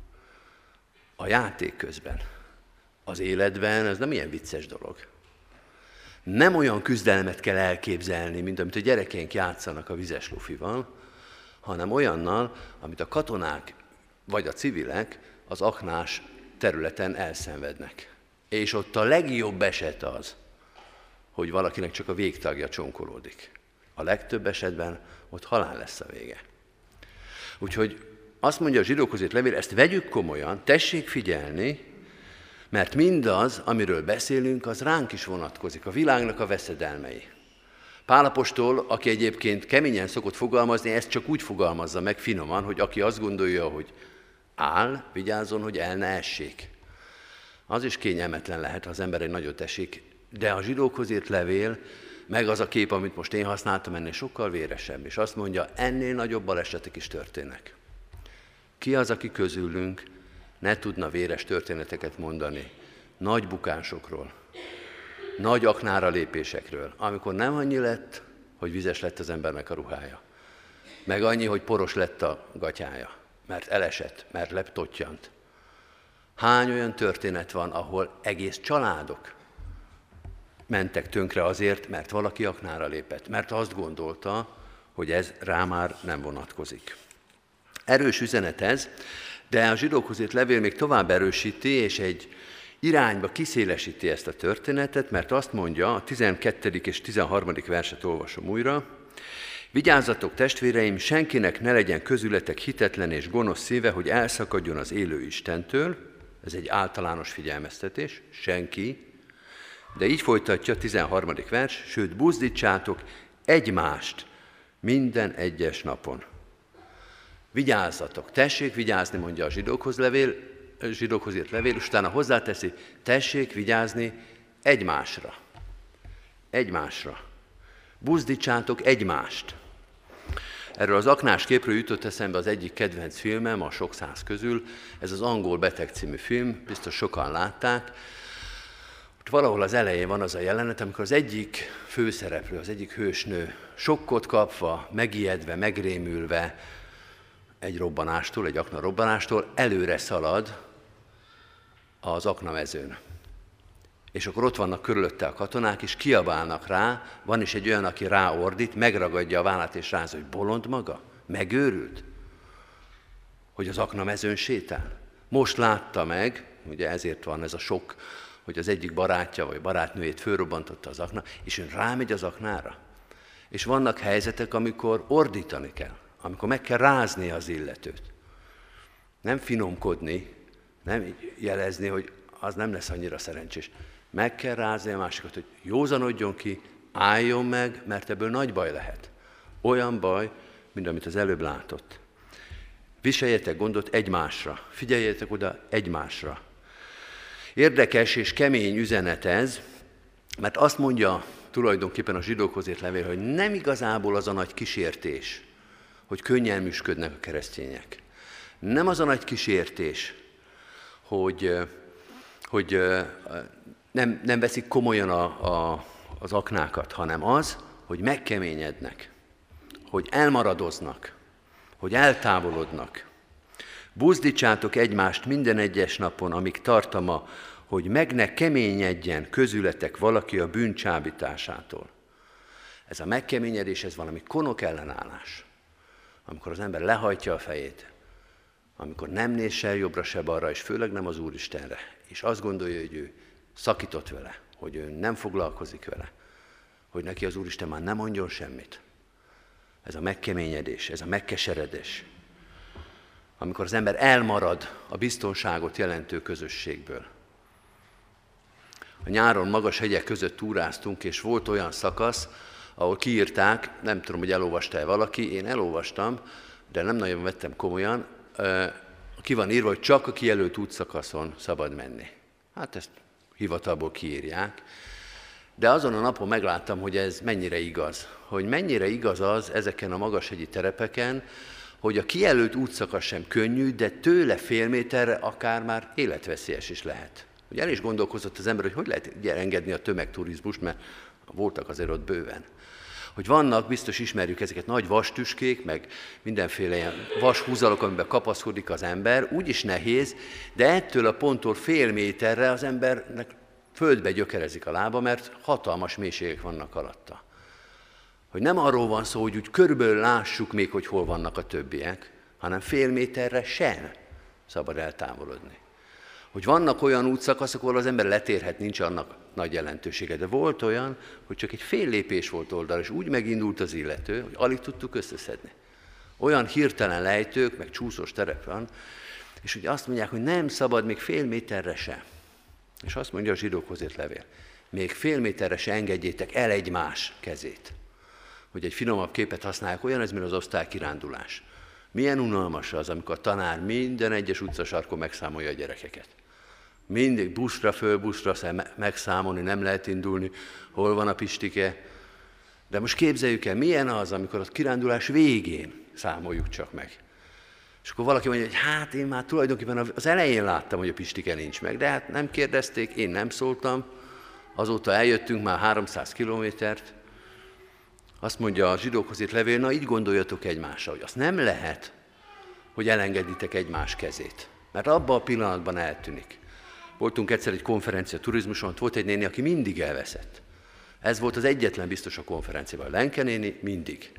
A játék közben. Az életben ez nem ilyen vicces dolog. Nem olyan küzdelmet kell elképzelni, mint amit a gyerekeink játszanak a vizes lufival, hanem olyannal, amit a katonák vagy a civilek az aknás területen elszenvednek. És ott a legjobb eset az, hogy valakinek csak a végtagja csonkolódik. A legtöbb esetben ott halál lesz a vége. Úgyhogy azt mondja a zsidókhoz írt levél, ezt vegyük komolyan, tessék figyelni, mert mindaz, amiről beszélünk, az ránk is vonatkozik, a világnak a veszedelmei. Pál apostol, aki egyébként keményen szokott fogalmazni, ezt csak úgy fogalmazza meg finoman, hogy aki azt gondolja, hogy áll, vigyázzon, hogy el ne essék. Az is kényelmetlen lehet, ha az ember egy nagyot esik, de a zsidókhoz írt levél, meg az a kép, amit most én használtam, ennél sokkal véresebb, és azt mondja, ennél nagyobb balesetek is történnek. Ki az, aki közülünk ne tudna véres történeteket mondani nagy bukásokról, nagy aknára lépésekről, amikor nem annyi lett, hogy vizes lett az embernek a ruhája, meg annyi, hogy poros lett a gatyája, mert elesett, mert leptottyant. Hány olyan történet van, ahol egész családok mentek tönkre azért, mert valaki aknára lépett, mert azt gondolta, hogy ez rá már nem vonatkozik. Erős üzenet ez, de a zsidókhoz írt levél még tovább erősíti, és egy irányba kiszélesíti ezt a történetet, mert azt mondja, a tizenkettedik és tizenharmadik verset olvasom újra, Vigyázzatok, testvéreim, senkinek ne legyen közületek hitetlen és gonosz szíve, hogy elszakadjon az élő Istentől. Ez egy általános figyelmeztetés, senki. De így folytatja a tizenharmadik vers, sőt, buzdítsátok egymást minden egyes napon. Vigyázzatok, tessék vigyázni, mondja a zsidókhoz, levél, zsidókhoz írt levél, és utána hozzáteszi, tessék vigyázni egymásra. Egymásra. Buzdítsátok egymást. Erről az aknás képről jutott eszembe az egyik kedvenc filmem, a sok száz közül, ez az Angol beteg című film, biztos sokan látták. Ott valahol az elején van az a jelenet, amikor az egyik főszereplő, az egyik hősnő sokkot kapva, megijedve, megrémülve egy robbanástól, egy akna robbanástól előre szalad az aknamezőn. És akkor ott vannak körülötte a katonák, és kiabálnak rá, van is egy olyan, aki ráordít, megragadja a vállát és ráz, hogy bolond maga, megőrült, hogy az aknamezőn sétál. Most látta meg, ugye ezért van ez a sok, hogy az egyik barátja vagy barátnőjét fölrobbantotta az akna, és ön rámegy az aknára. És vannak helyzetek, amikor ordítani kell, amikor meg kell rázni az illetőt. Nem finomkodni, nem így jelezni, hogy az nem lesz annyira szerencsés. Meg kell rázni a másikat, hogy józanodjon ki, álljon meg, mert ebből nagy baj lehet. Olyan baj, mint amit az előbb látott. Viseljetek gondot egymásra, figyeljetek oda egymásra. Érdekes és kemény üzenet ez, mert azt mondja tulajdonképpen a zsidókhoz írt levél, hogy nem igazából az a nagy kísértés, hogy könnyelműsködnek a keresztények. Nem az a nagy kísértés, hogy, hogy nem, nem veszik komolyan a, a, az aknákat, hanem az, hogy megkeményednek, hogy elmaradoznak, hogy eltávolodnak. Buzdítsátok egymást minden egyes napon, amíg tartama, hogy meg ne keményedjen közületek valaki a bűn csábításától. Ez a megkeményedés, ez valami konok ellenállás. Amikor az ember lehajtja a fejét, amikor nem néz se jobbra, se balra, és főleg nem az Úristenre, és azt gondolja, hogy ő szakított vele, hogy ő nem foglalkozik vele, hogy neki az Úristen már nem mondjon semmit. Ez a megkeményedés, ez a megkeseredés. Amikor az ember elmarad a biztonságot jelentő közösségből. A nyáron magas hegyek között túráztunk, és volt olyan szakasz, ahol kiírták, nem tudom, hogy elolvasta-e valaki, én elolvastam, de nem nagyon vettem komolyan, ki van írva, hogy csak a kijelölt útszakaszon szabad menni. Hát ezt hivatalból kiírják. De azon a napon megláttam, hogy ez mennyire igaz. Hogy mennyire igaz az ezeken a magashegyi terepeken, hogy a kijelölt útszakasz sem könnyű, de tőle fél méterre akár már életveszélyes is lehet. Ugye el is gondolkozott az ember, hogy hogy lehet ugye engedni a tömegturizmust, mert voltak azért ott bőven. Hogy vannak, biztos ismerjük ezeket, nagy vastüskék, meg mindenféle ilyen vashúzalok, amiben kapaszkodik az ember, úgyis nehéz, de ettől a ponttól fél méterre az embernek földbe gyökerezik a lába, mert hatalmas mélységek vannak alatta. Hogy nem arról van szó, hogy úgy körülbelül lássuk még, hogy hol vannak a többiek, hanem fél méterre sem szabad eltávolodni. Hogy vannak olyan útszakaszok, ahol az ember letérhet, nincs annak nagy jelentősége, de volt olyan, hogy csak egy fél lépés volt oldal, és úgy megindult az illető, hogy alig tudtuk összeszedni. Olyan hirtelen lejtők, meg csúszós terep van, és ugye azt mondják, hogy nem szabad még fél méterre se. És azt mondja a zsidókhoz írt levél, még fél méterre se engedjétek el egymás kezét. Hogy egy finomabb képet használják, olyan ez, mint az osztálykirándulás. Milyen unalmas az, amikor a tanár minden egyes utcasarkon megszámolja a gyerekeket. Mindig buszra föl, buszra megszámolni, nem lehet indulni, hol van a Pistike. De most képzeljük el, milyen az, amikor a kirándulás végén számoljuk csak meg. És akkor valaki mondja, hogy hát én már tulajdonképpen az elején láttam, hogy a Pistike nincs meg, de hát nem kérdezték, én nem szóltam, azóta eljöttünk már háromszáz kilométert. Azt mondja a zsidókhoz írt levél, na így gondoljatok egymásra, hogy azt nem lehet, hogy elengeditek egymás kezét. Mert abban a pillanatban eltűnik. Voltunk egyszer egy konferencia turizmuson, volt egy néni, aki mindig elveszett. Ez volt az egyetlen biztos a konferenciában. Lenke néni mindig.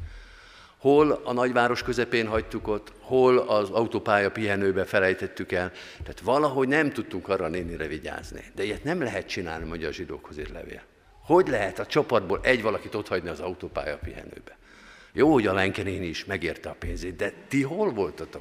Hol a nagyváros közepén hagytuk ott, hol az autópálya pihenőbe felejtettük el. Tehát valahogy nem tudtunk arra a nénire vigyázni. De ilyet nem lehet csinálni, mondja a zsidókhoz írt levél. Hogy lehet a csapatból egy valakit otthagyni az autópálya pihenőbe? Jó, hogy a Lenke néni is megérte a pénzét, de ti hol voltatok?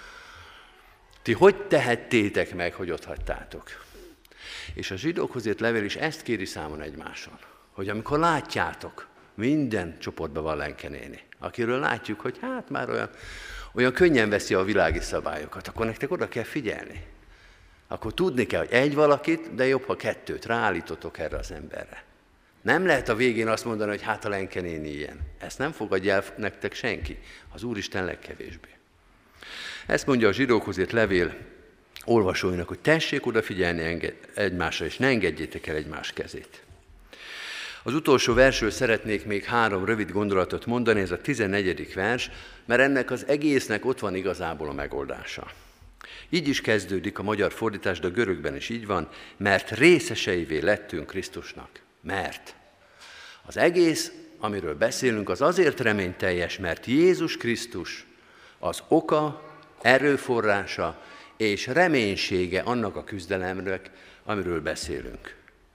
Ti hogy tehettétek meg, hogy ott hagytátok? És a zsidókhoz írt levél is ezt kéri számon egymáson, hogy amikor látjátok, minden csoportban van Lenke néni, akiről látjuk, hogy hát már olyan, olyan könnyen veszi a világi szabályokat, akkor nektek oda kell figyelni. Akkor tudni kell, hogy egy valakit, de jobb, ha kettőt ráállítotok erre az emberre. Nem lehet a végén azt mondani, hogy hát a Lenke néni ilyen. Ezt nem fogadja el nektek senki, az Úristen legkevésbé. Ezt mondja a zsidókhoz írt levél olvasóinak, hogy tessék odafigyelni egymásra, és ne engedjétek el egymás kezét. Az utolsó versről szeretnék még három rövid gondolatot mondani, ez a tizennegyedik vers, mert ennek az egésznek ott van igazából a megoldása. Így is kezdődik a magyar fordítás, de a görögben is így van, mert részeseivé lettünk Krisztusnak. Mert. Az egész, amiről beszélünk, az azért reményteljes, mert Jézus Krisztus az oka, erőforrása és reménysége annak a küzdelemnek, amiről beszélünk.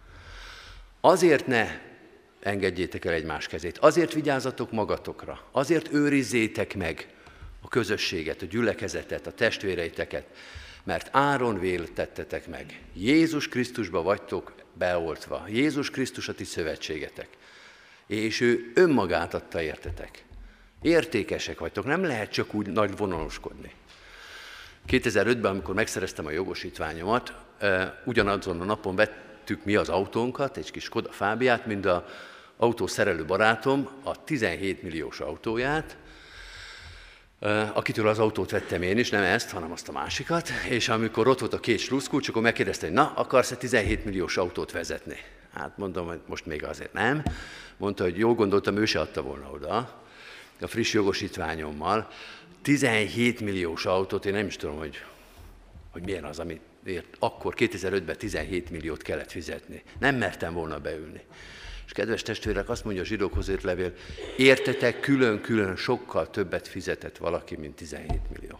Azért ne engedjétek el egymás kezét, azért vigyázzatok magatokra, azért őrizzétek meg a közösséget, a gyülekezetet, a testvéreiteket, mert áron vélt tettetek meg. Jézus Krisztusba vagytok beoltva. Jézus Krisztus a ti szövetségetek. És ő önmagát adta értetek. Értékesek vagytok, nem lehet csak úgy nagy vonaloskodni. kétezer-ötben, amikor megszereztem a jogosítványomat, ugyanazon a napon vettük mi az autónkat, egy kis Skoda Fábiát, mint az autószerelő barátom a tizenhét milliós autóját, akitől az autót vettem én is, nem ezt, hanem azt a másikat, és amikor ott volt a két sluszkulcs, akkor megkérdezte, hogy na, akarsz-e tizenhét milliós autót vezetni? Hát mondom, hogy most még azért nem. Mondta, hogy jól gondoltam, ő se adta volna oda a friss jogosítványommal. tizenhét milliós autót, én nem is tudom, hogy, hogy milyen az, amit akkor kétezer-ötben tizenhét milliót kellett fizetni. Nem mertem volna beülni. És kedves testvérek, azt mondja a zsidókhoz írt levél, értetek, külön-külön sokkal többet fizetett valaki, mint tizenhét millió.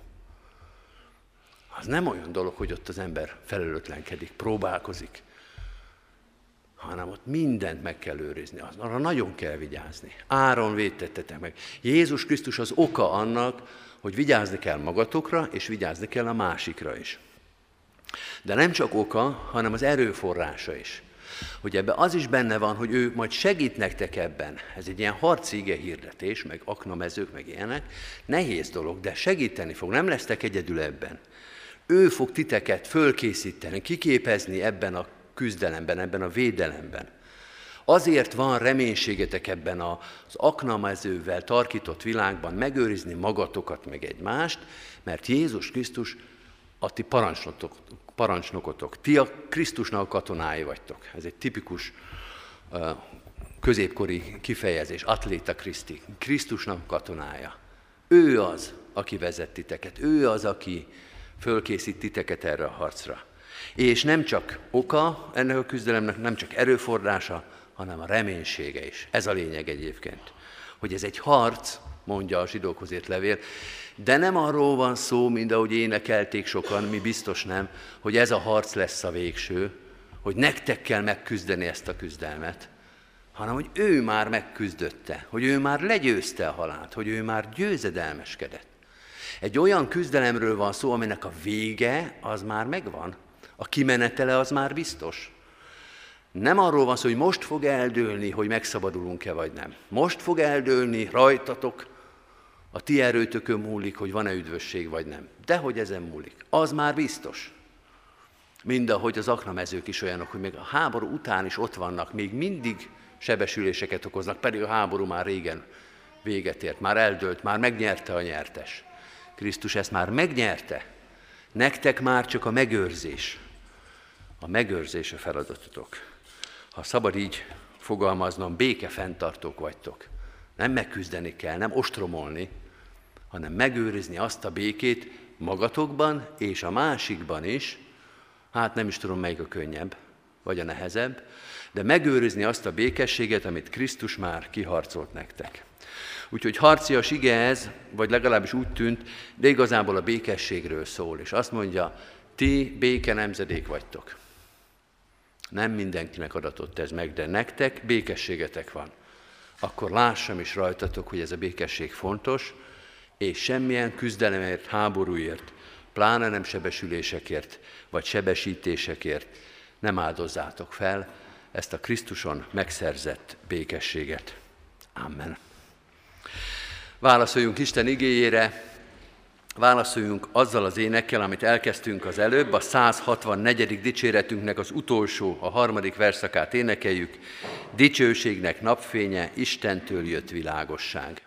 Az nem olyan dolog, hogy ott az ember felelőtlenkedik, próbálkozik, hanem ott mindent meg kell őrizni, arra nagyon kell vigyázni. Áron védtettetek meg. Jézus Krisztus az oka annak, hogy vigyázni kell magatokra, és vigyázni kell a másikra is. De nem csak oka, hanem az erőforrása is. Hogy ebben az is benne van, hogy ő majd segít nektek ebben. Ez egy ilyen harci ige hirdetés, meg aknamezők, meg ilyenek. Nehéz dolog, de segíteni fog, nem lesztek egyedül ebben. Ő fog titeket fölkészíteni, kiképezni ebben a küzdelemben, ebben a védelemben. Azért van reménységetek ebben az aknamezővel tarkított világban megőrizni magatokat, meg egymást, mert Jézus Krisztus a ti parancsnokotok, parancsnokotok. Ti a Krisztusnak a katonái vagytok. Ez egy tipikus uh, középkori kifejezés, atléta Kriszti. Krisztusnak katonája. Ő az, aki vezet titeket. Ő az, aki fölkészít titeket erre a harcra. És nem csak oka ennek a küzdelemnek, nem csak erőforrása, hanem a reménysége is. Ez a lényeg egyébként. Hogy ez egy harc, mondja a zsidókhoz írt levél, de nem arról van szó, mint ahogy énekelték sokan, mi biztos nem, hogy ez a harc lesz a végső, hogy nektek kell megküzdeni ezt a küzdelmet, hanem hogy ő már megküzdötte, hogy ő már legyőzte a halált, hogy ő már győzedelmeskedett. Egy olyan küzdelemről van szó, aminek a vége az már megvan, a kimenetele az már biztos. Nem arról van szó, hogy most fog eldőlni, hogy megszabadulunk-e vagy nem. Most fog eldőlni rajtatok, a ti erőtökön múlik, hogy van-e üdvösség vagy nem. Dehogy ezen múlik. Az már biztos. Mindahogy az aknamezők is olyanok, hogy még a háború után is ott vannak, még mindig sebesüléseket okoznak, pedig a háború már régen véget ért, már eldőlt, már megnyerte a nyertes. Krisztus ezt már megnyerte. Nektek már csak a megőrzés. A megőrzés a feladatotok. Ha szabad így fogalmaznom, békefenntartók vagytok. Nem megküzdeni kell, nem ostromolni, hanem megőrizni azt a békét magatokban és a másikban is. Hát nem is tudom, melyik a könnyebb, vagy a nehezebb, de megőrizni azt a békességet, amit Krisztus már kiharcolt nektek. Úgyhogy harcias ige ez, vagy legalábbis úgy tűnt, de igazából a békességről szól, és azt mondja, ti béke nemzedék vagytok. Nem mindenkinek adatott ez meg, de nektek békességetek van. akkor lássam is rajtatok, hogy ez a békesség fontos, és semmilyen küzdelemért, háborúért, pláne nem sebesülésekért, vagy sebesítésekért nem áldozzátok fel ezt a Krisztuson megszerzett békességet. Amen. Válaszoljunk Isten igéjére, válaszoljunk azzal az énekkel, amit elkezdtünk az előbb, a száz hatvannegyedik dicséretünknek az utolsó, a harmadik verszakát énekeljük. Dicsőségnek napfénye, Istentől jött világosság.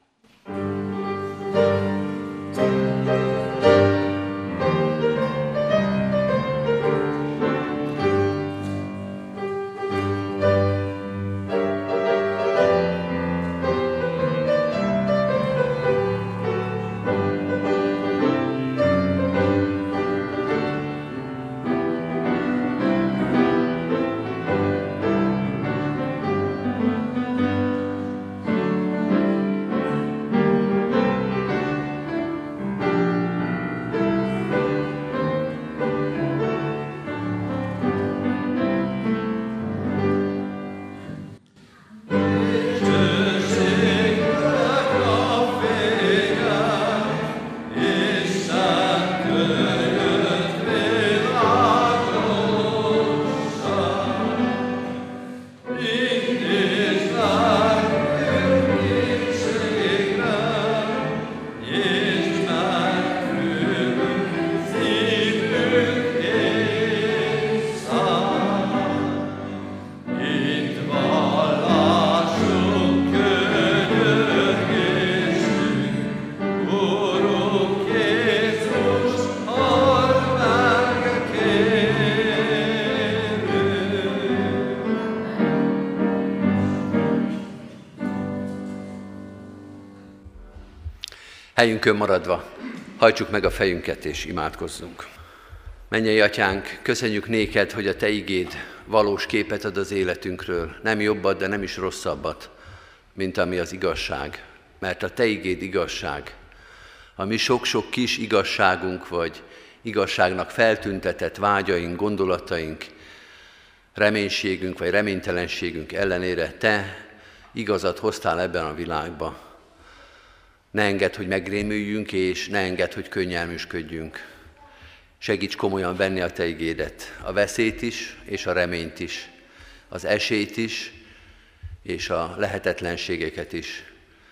Helyünkön maradva, hajtsuk meg a fejünket és imádkozzunk. Mennyei Atyánk, köszönjük néked, hogy a Te igéd valós képet ad az életünkről, nem jobbat, de nem is rosszabbat, mint ami az igazság. Mert a Te igéd igazság. A mi sok-sok kis igazságunk, vagy igazságnak feltüntetett vágyaink, gondolataink, reménységünk, vagy reménytelenségünk ellenére Te igazat hoztál ebben a világba. Ne engedd, hogy megrémüljünk, és ne engedd, hogy könnyelműsködjünk. Segíts komolyan venni a Te igédet, a veszélyt is, és a reményt is, az esélyt is, és a lehetetlenségeket is.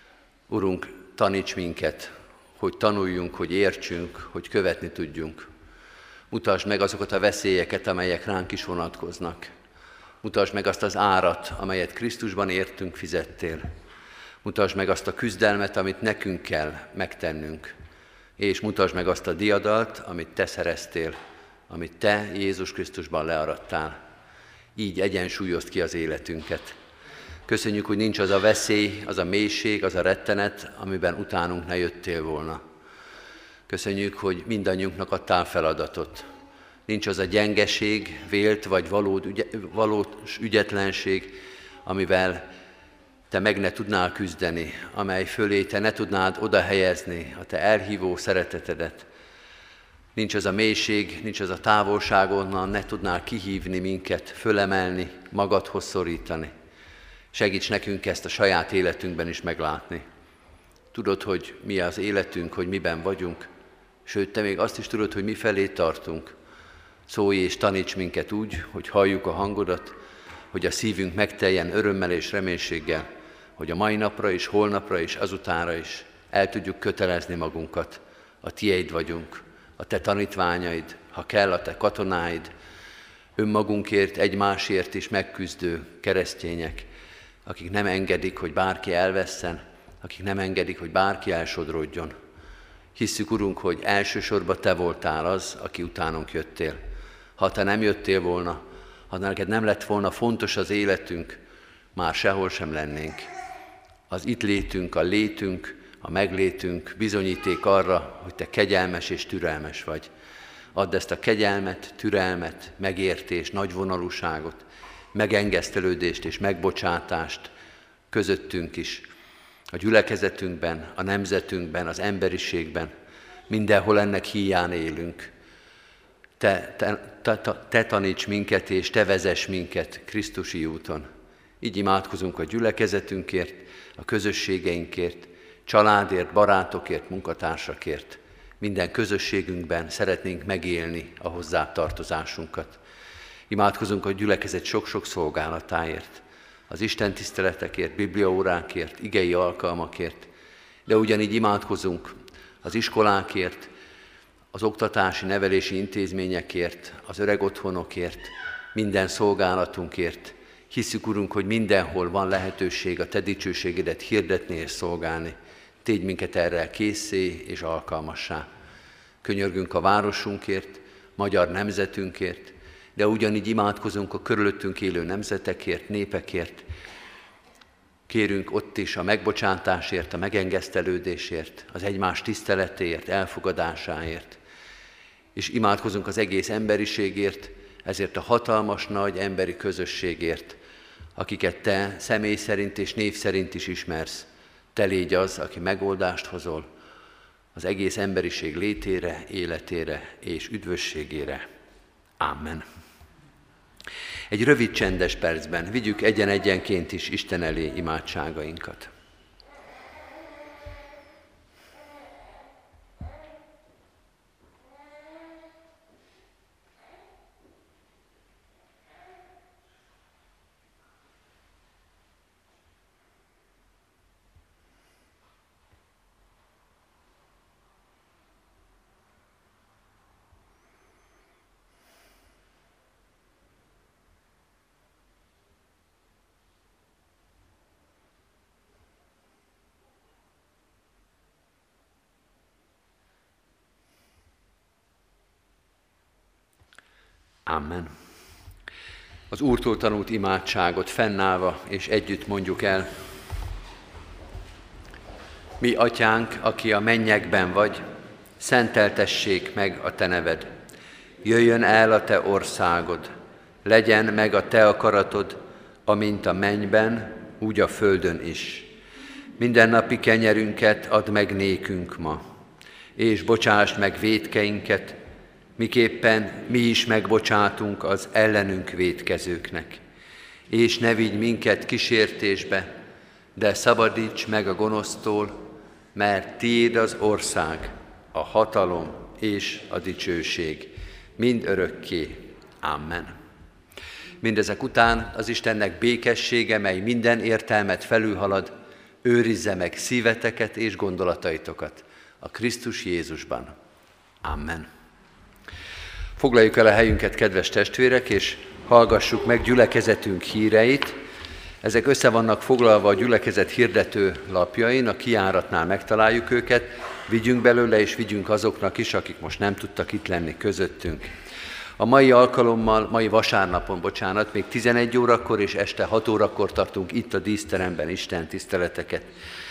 Urunk, taníts minket, hogy tanuljunk, hogy értsünk, hogy követni tudjunk. Mutasd meg azokat a veszélyeket, amelyek ránk is vonatkoznak. Mutasd meg azt az árat, amelyet Krisztusban értünk, fizettél. Mutasd meg azt a küzdelmet, amit nekünk kell megtennünk, és mutasd meg azt a diadalt, amit Te szereztél, amit Te Jézus Krisztusban learattál. Így egyensúlyozd ki az életünket. Köszönjük, hogy nincs az a veszély, az a mélység, az a rettenet, amiben utánunk ne jöttél volna. Köszönjük, hogy mindannyiunknak adtál feladatot. Nincs az a gyengeség, vélt vagy valód, ügy, valós ügyetlenség, amivel Te meg ne tudnál küzdeni, amely fölé Te ne tudnád oda helyezni a Te elhívó szeretetedet. Nincs az a mélység, nincs az a távolság, onnan ne tudnál kihívni minket, fölemelni, magadhoz szorítani. Segíts nekünk ezt a saját életünkben is meglátni. Tudod, hogy mi az életünk, hogy miben vagyunk, sőt, Te még azt is tudod, hogy mi felé tartunk. Szólj és taníts minket úgy, hogy halljuk a hangodat, hogy a szívünk megteljen örömmel és reménységgel, hogy a mai napra is, holnapra is, azutánra is el tudjuk kötelezni magunkat. A Tieid vagyunk, a Te tanítványaid, ha kell, a Te katonáid, önmagunkért, egymásért is megküzdő keresztények, akik nem engedik, hogy bárki elvesszen, akik nem engedik, hogy bárki elsodródjon. Hisszük, Urunk, hogy elsősorban Te voltál az, aki utánunk jöttél. Ha Te nem jöttél volna, ha neked nem lett volna fontos az életünk, már sehol sem lennénk. Az itt létünk, a létünk, a meglétünk bizonyíték arra, hogy Te kegyelmes és türelmes vagy. Add ezt a kegyelmet, türelmet, megértést, nagyvonalúságot, megengesztelődést és megbocsátást közöttünk is, a gyülekezetünkben, a nemzetünkben, az emberiségben, mindenhol ennek híján élünk. Te, te, te, te taníts minket, és Te vezess minket Krisztusi úton. Így imádkozunk a gyülekezetünkért, a közösségeinkért, családért, barátokért, munkatársakért. Minden közösségünkben szeretnénk megélni a hozzátartozásunkat. Imádkozunk a gyülekezet sok-sok szolgálatáért, az Isten tiszteletekért, bibliaórákért, igei alkalmakért, de ugyanígy imádkozunk az iskolákért, az oktatási, nevelési intézményekért, az öreg otthonokért, minden szolgálatunkért. Hiszük, Urunk, hogy mindenhol van lehetőség a Te dicsőségedet hirdetni és szolgálni. Tégy minket erre készé és alkalmassá. Könyörgünk a városunkért, magyar nemzetünkért, de ugyanígy imádkozunk a körülöttünk élő nemzetekért, népekért. Kérünk ott is a megbocsátásért, a megengesztelődésért, az egymás tiszteletéért, elfogadásáért. És imádkozunk az egész emberiségért, ezért a hatalmas nagy emberi közösségért, akiket Te személy szerint és név szerint is ismersz. Te légy az, aki megoldást hozol az egész emberiség létére, életére és üdvösségére. Amen. Egy rövid csendes percben vigyük egyen-egyenként is Isten elé imádságainkat. Amen. Az Úrtól tanult imádságot fennállva és együtt mondjuk el. Mi, Atyánk, aki a mennyekben vagy, szenteltessék meg a Te neved. Jöjjön el a Te országod, legyen meg a Te akaratod, amint a mennyben, úgy a földön is. Mindennapi kenyerünket add meg nékünk ma, és bocsásd meg vétkeinket, miképpen mi is megbocsátunk az ellenünk vétkezőknek. És ne vigy minket kísértésbe, de szabadíts meg a gonosztól, mert tiéd az ország, a hatalom és a dicsőség, mind örökké. Amen. Mindezek után az Istennek békessége, mely minden értelmet felülhalad, őrizze meg szíveteket és gondolataitokat a Krisztus Jézusban. Amen. Foglaljuk el a helyünket, kedves testvérek, és hallgassuk meg gyülekezetünk híreit. Ezek össze vannak foglalva a gyülekezet hirdető lapjain, a kijáratnál megtaláljuk őket. Vigyünk belőle, és vigyünk azoknak is, akik most nem tudtak itt lenni közöttünk. A mai alkalommal, mai vasárnapon, bocsánat, még tizenegy órakor és este hat órakor tartunk itt a díszteremben Isten tiszteleteket.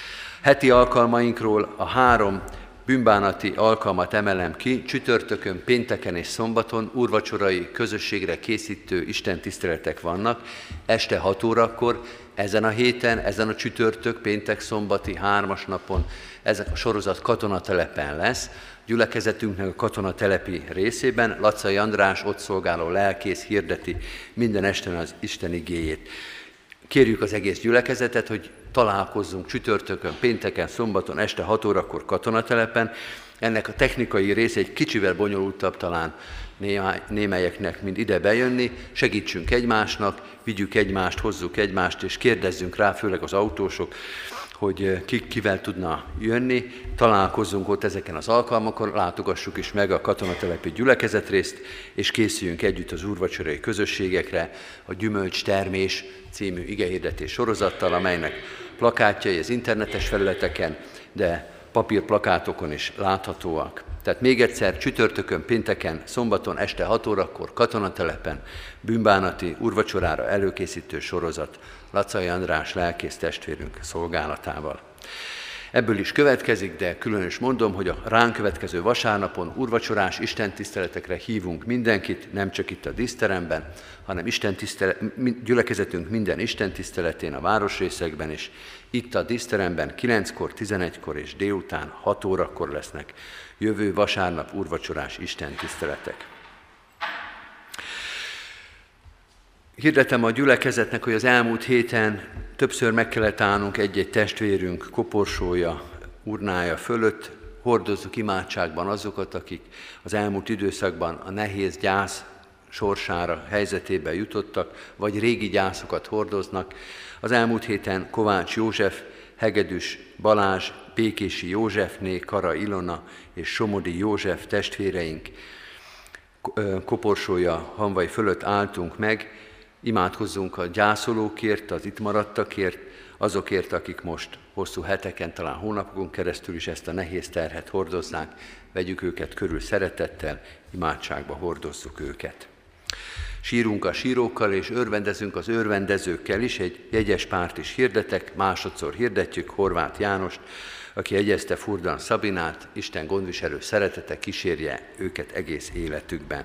Heti alkalmainkról a három bűnbánati alkalmat emelem ki, csütörtökön, pénteken és szombaton úrvacsorai közösségre készítő istentiszteletek vannak, este hat órakor, ezen a héten, ezen a csütörtök, péntek, szombati, hármas napon, ez a sorozat katonatelepen lesz, gyülekezetünknek a katonatelepi részében. Lacai András, ott szolgáló lelkész hirdeti minden este az Isten igéjét. Kérjük az egész gyülekezetet, hogy találkozzunk csütörtökön, pénteken, szombaton, este hat órakor katonatelepen. Ennek a technikai része egy kicsivel bonyolultabb talán némelyeknek, mint ide bejönni. Segítsünk egymásnak, vigyük egymást, hozzuk egymást, és kérdezzünk rá, főleg az autósok, hogy ki, kivel tudna jönni. Találkozzunk ott ezeken az alkalmakon, látogassuk is meg a katonatelepi gyülekezetrészt, és készüljünk együtt az úrvacsorai közösségekre a Gyümölcs Termés című igehirdetés sorozattal, amelynek plakátjai az internetes felületeken, de papírplakátokon is láthatóak. Tehát még egyszer, csütörtökön, pénteken, szombaton, este hat órakor katonatelepen bűnbánati úrvacsorára előkészítő sorozat Lacai András lelkész testvérünk szolgálatával. Ebből is következik, de külön is mondom, hogy a ránk következő vasárnapon úrvacsorás istentiszteletekre hívunk mindenkit, nem csak itt a díszteremben, hanem gyülekezetünk minden istentiszteletén, a városrészekben is. Itt a díszteremben kilenckor, tizenegykor és délután hat órakor lesznek jövő vasárnap úrvacsorás istentiszteletek. Hirdetem a gyülekezetnek, hogy az elmúlt héten többször meg kellett állnunk egy-egy testvérünk koporsója, urnája fölött. Hordozzuk imádságban azokat, akik az elmúlt időszakban a nehéz gyász sorsára, helyzetében jutottak, vagy régi gyászokat hordoznak. Az elmúlt héten Kovács József, Hegedűs Balázs, Békési Józsefné, Kara Ilona és Somodi József testvéreink koporsója hamvai fölött álltunk meg. Imádkozzunk a gyászolókért, az itt maradtakért, azokért, akik most hosszú heteken, talán hónapokon keresztül is ezt a nehéz terhet hordozzák. Vegyük őket körül szeretettel, imádságba hordozzuk őket. Sírunk a sírókkal, és örvendezünk az örvendezőkkel is. Egy jegyes párt is hirdetek, másodszor hirdetjük Horváth Jánost, aki jegyezte Furdan Szabinát. Isten gondviselő szeretete kísérje őket egész életükben.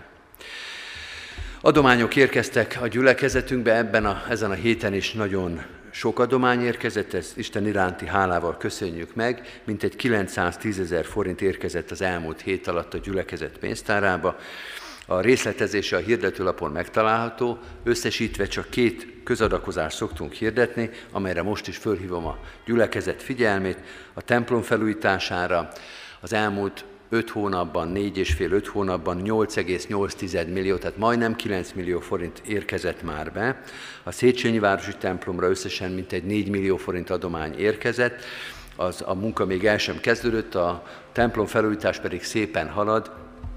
Adományok érkeztek a gyülekezetünkbe, ebben a, ezen a héten is nagyon sok adomány érkezett, ezt Isten iránti hálával köszönjük meg, mintegy kilencszáztízezer forint érkezett az elmúlt hét alatt a gyülekezet pénztárába. A részletezése a hirdetőlapon megtalálható, összesítve csak két közadakozást szoktunk hirdetni, amelyre most is fölhívom a gyülekezet figyelmét, a templom felújítására. Az elmúlt öt hónapban, négy és fél öt hónapban nyolc egész nyolc millió, tehát majdnem kilenc millió forint érkezett már be. A Széchenyi városi templomra összesen mintegy négy millió forint adomány érkezett, az a munka még el sem kezdődött, a templom felújítás pedig szépen halad.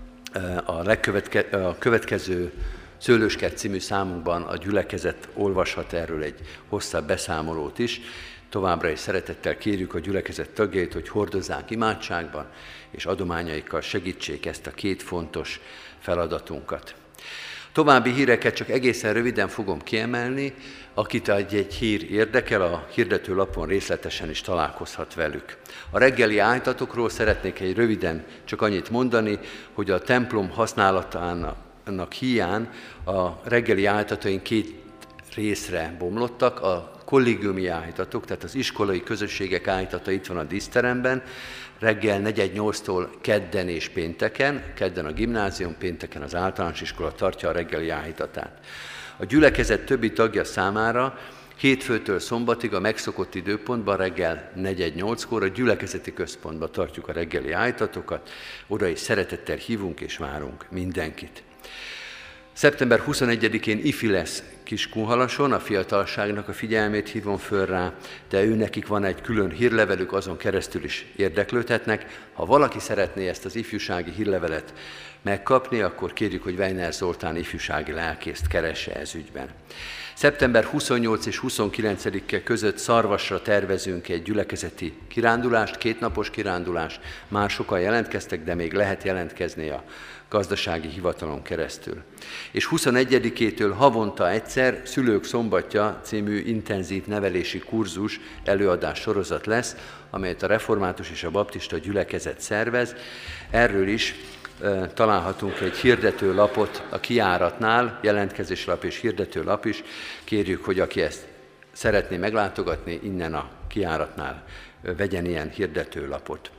A, legkövetke, a következő Szőlőskert című számunkban a gyülekezet olvashat erről egy hosszabb beszámolót is. Továbbra is szeretettel kérjük a gyülekezet tagjait, hogy hordozzák imádságban, és adományaikkal segítsék ezt a két fontos feladatunkat. További híreket csak egészen röviden fogom kiemelni, akit egy hír érdekel, a hirdetőlapon részletesen is találkozhat velük. A reggeli ájtatokról szeretnék egy röviden csak annyit mondani, hogy a templom használatának híján a reggeli ájtataink két részre bomlottak, a kollégiumi ájtatok, tehát az iskolai közösségek ájtata itt van a díszteremben, reggel negyven nyolctól kedden és pénteken, kedden a gimnázium, pénteken az általános iskola tartja a reggeli ájtatát. A gyülekezet többi tagja számára hétfőtől szombatig a megszokott időpontban reggel negyven nyolckor a gyülekezeti központban tartjuk a reggeli ájtatokat, oda is szeretettel hívunk és várunk mindenkit. szeptember huszonegyedikén ifi lesz Kiskunhalason, a fiatalságnak a figyelmét hívom föl rá, de őnekik van egy külön hírlevelük, azon keresztül is érdeklődhetnek. Ha valaki szeretné ezt az ifjúsági hírlevelet megkapni, akkor kérjük, hogy Weiner Zoltán ifjúsági lelkészt keresse ez ügyben. szeptember huszonnyolc és huszonkilencedike között Szarvasra tervezünk egy gyülekezeti kirándulást, kétnapos kirándulást. Már sokan jelentkeztek, de még lehet jelentkezni a gazdasági hivatalon keresztül. És huszonegyedikétől havonta egyszer Szülők szombatja című intenzív nevelési kurzus előadás sorozat lesz, amelyet a református és a baptista gyülekezet szervez. Erről is e, találhatunk egy hirdetőlapot a kijáratnál, jelentkezéslap és hirdetőlap is. Kérjük, hogy aki ezt szeretné meglátogatni, innen a kijáratnál vegyen ilyen hirdetőlapot.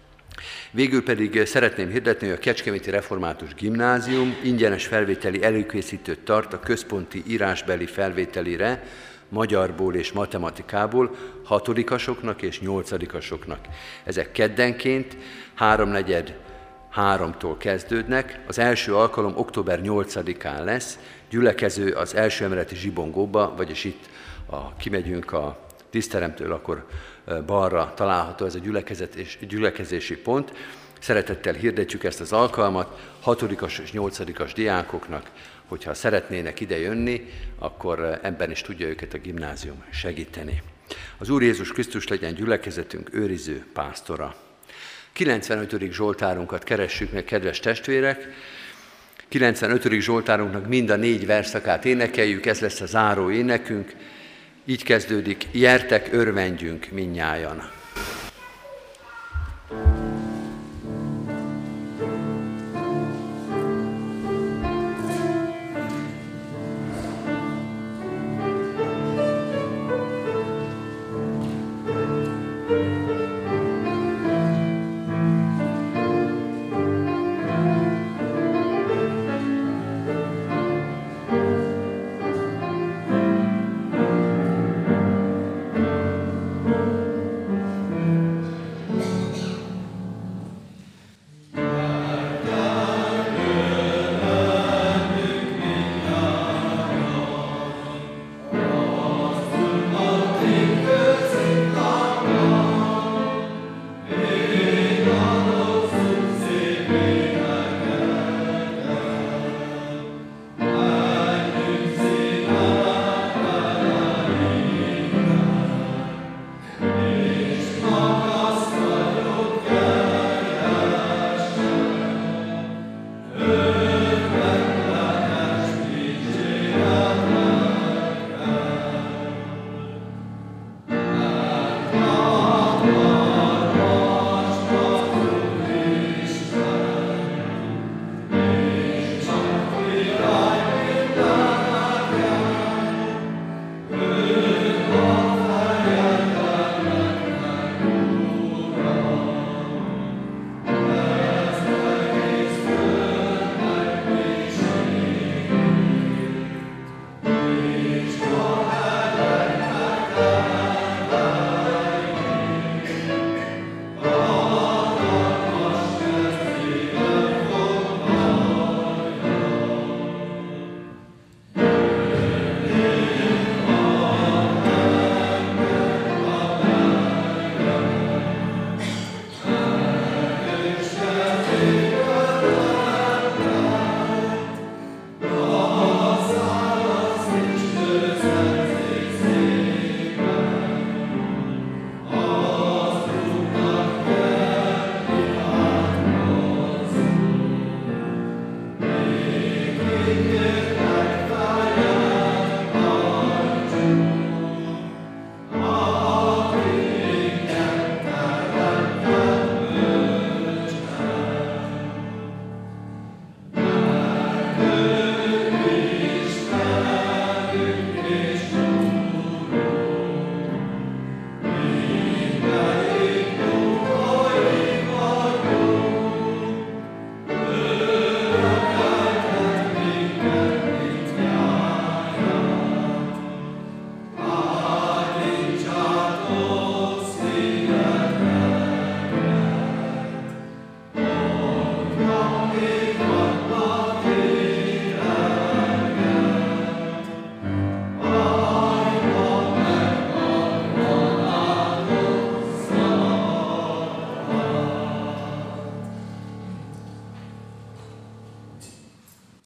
Végül pedig szeretném hirdetni, hogy a Kecskeméti Református Gimnázium ingyenes felvételi előkészítőt tart a központi írásbeli felvételire, magyarból és matematikából hatodikasoknak és nyolcadikasoknak. Ezek keddenként háromnegyed háromtól kezdődnek, az első alkalom október nyolcadikán lesz, gyülekező az első emeleti zsibongóba, vagyis itt a, kimegyünk a díszteremtől, akkor balra található ez a gyülekezet és gyülekezési pont. Szeretettel hirdetjük ezt az alkalmat hatodikas és nyolcadikas diákoknak, hogyha szeretnének ide jönni, akkor ebben is tudja őket a gimnázium segíteni. Az Úr Jézus Krisztus legyen gyülekezetünk őriző pásztora. kilencvenötödik Zsoltárunkat keressük meg, kedves testvérek. kilencvenötödik Zsoltárunknak mind a négy verszakát énekeljük, ez lesz a záró énekünk. Így kezdődik: Jertek, örvendjünk mindnyájan.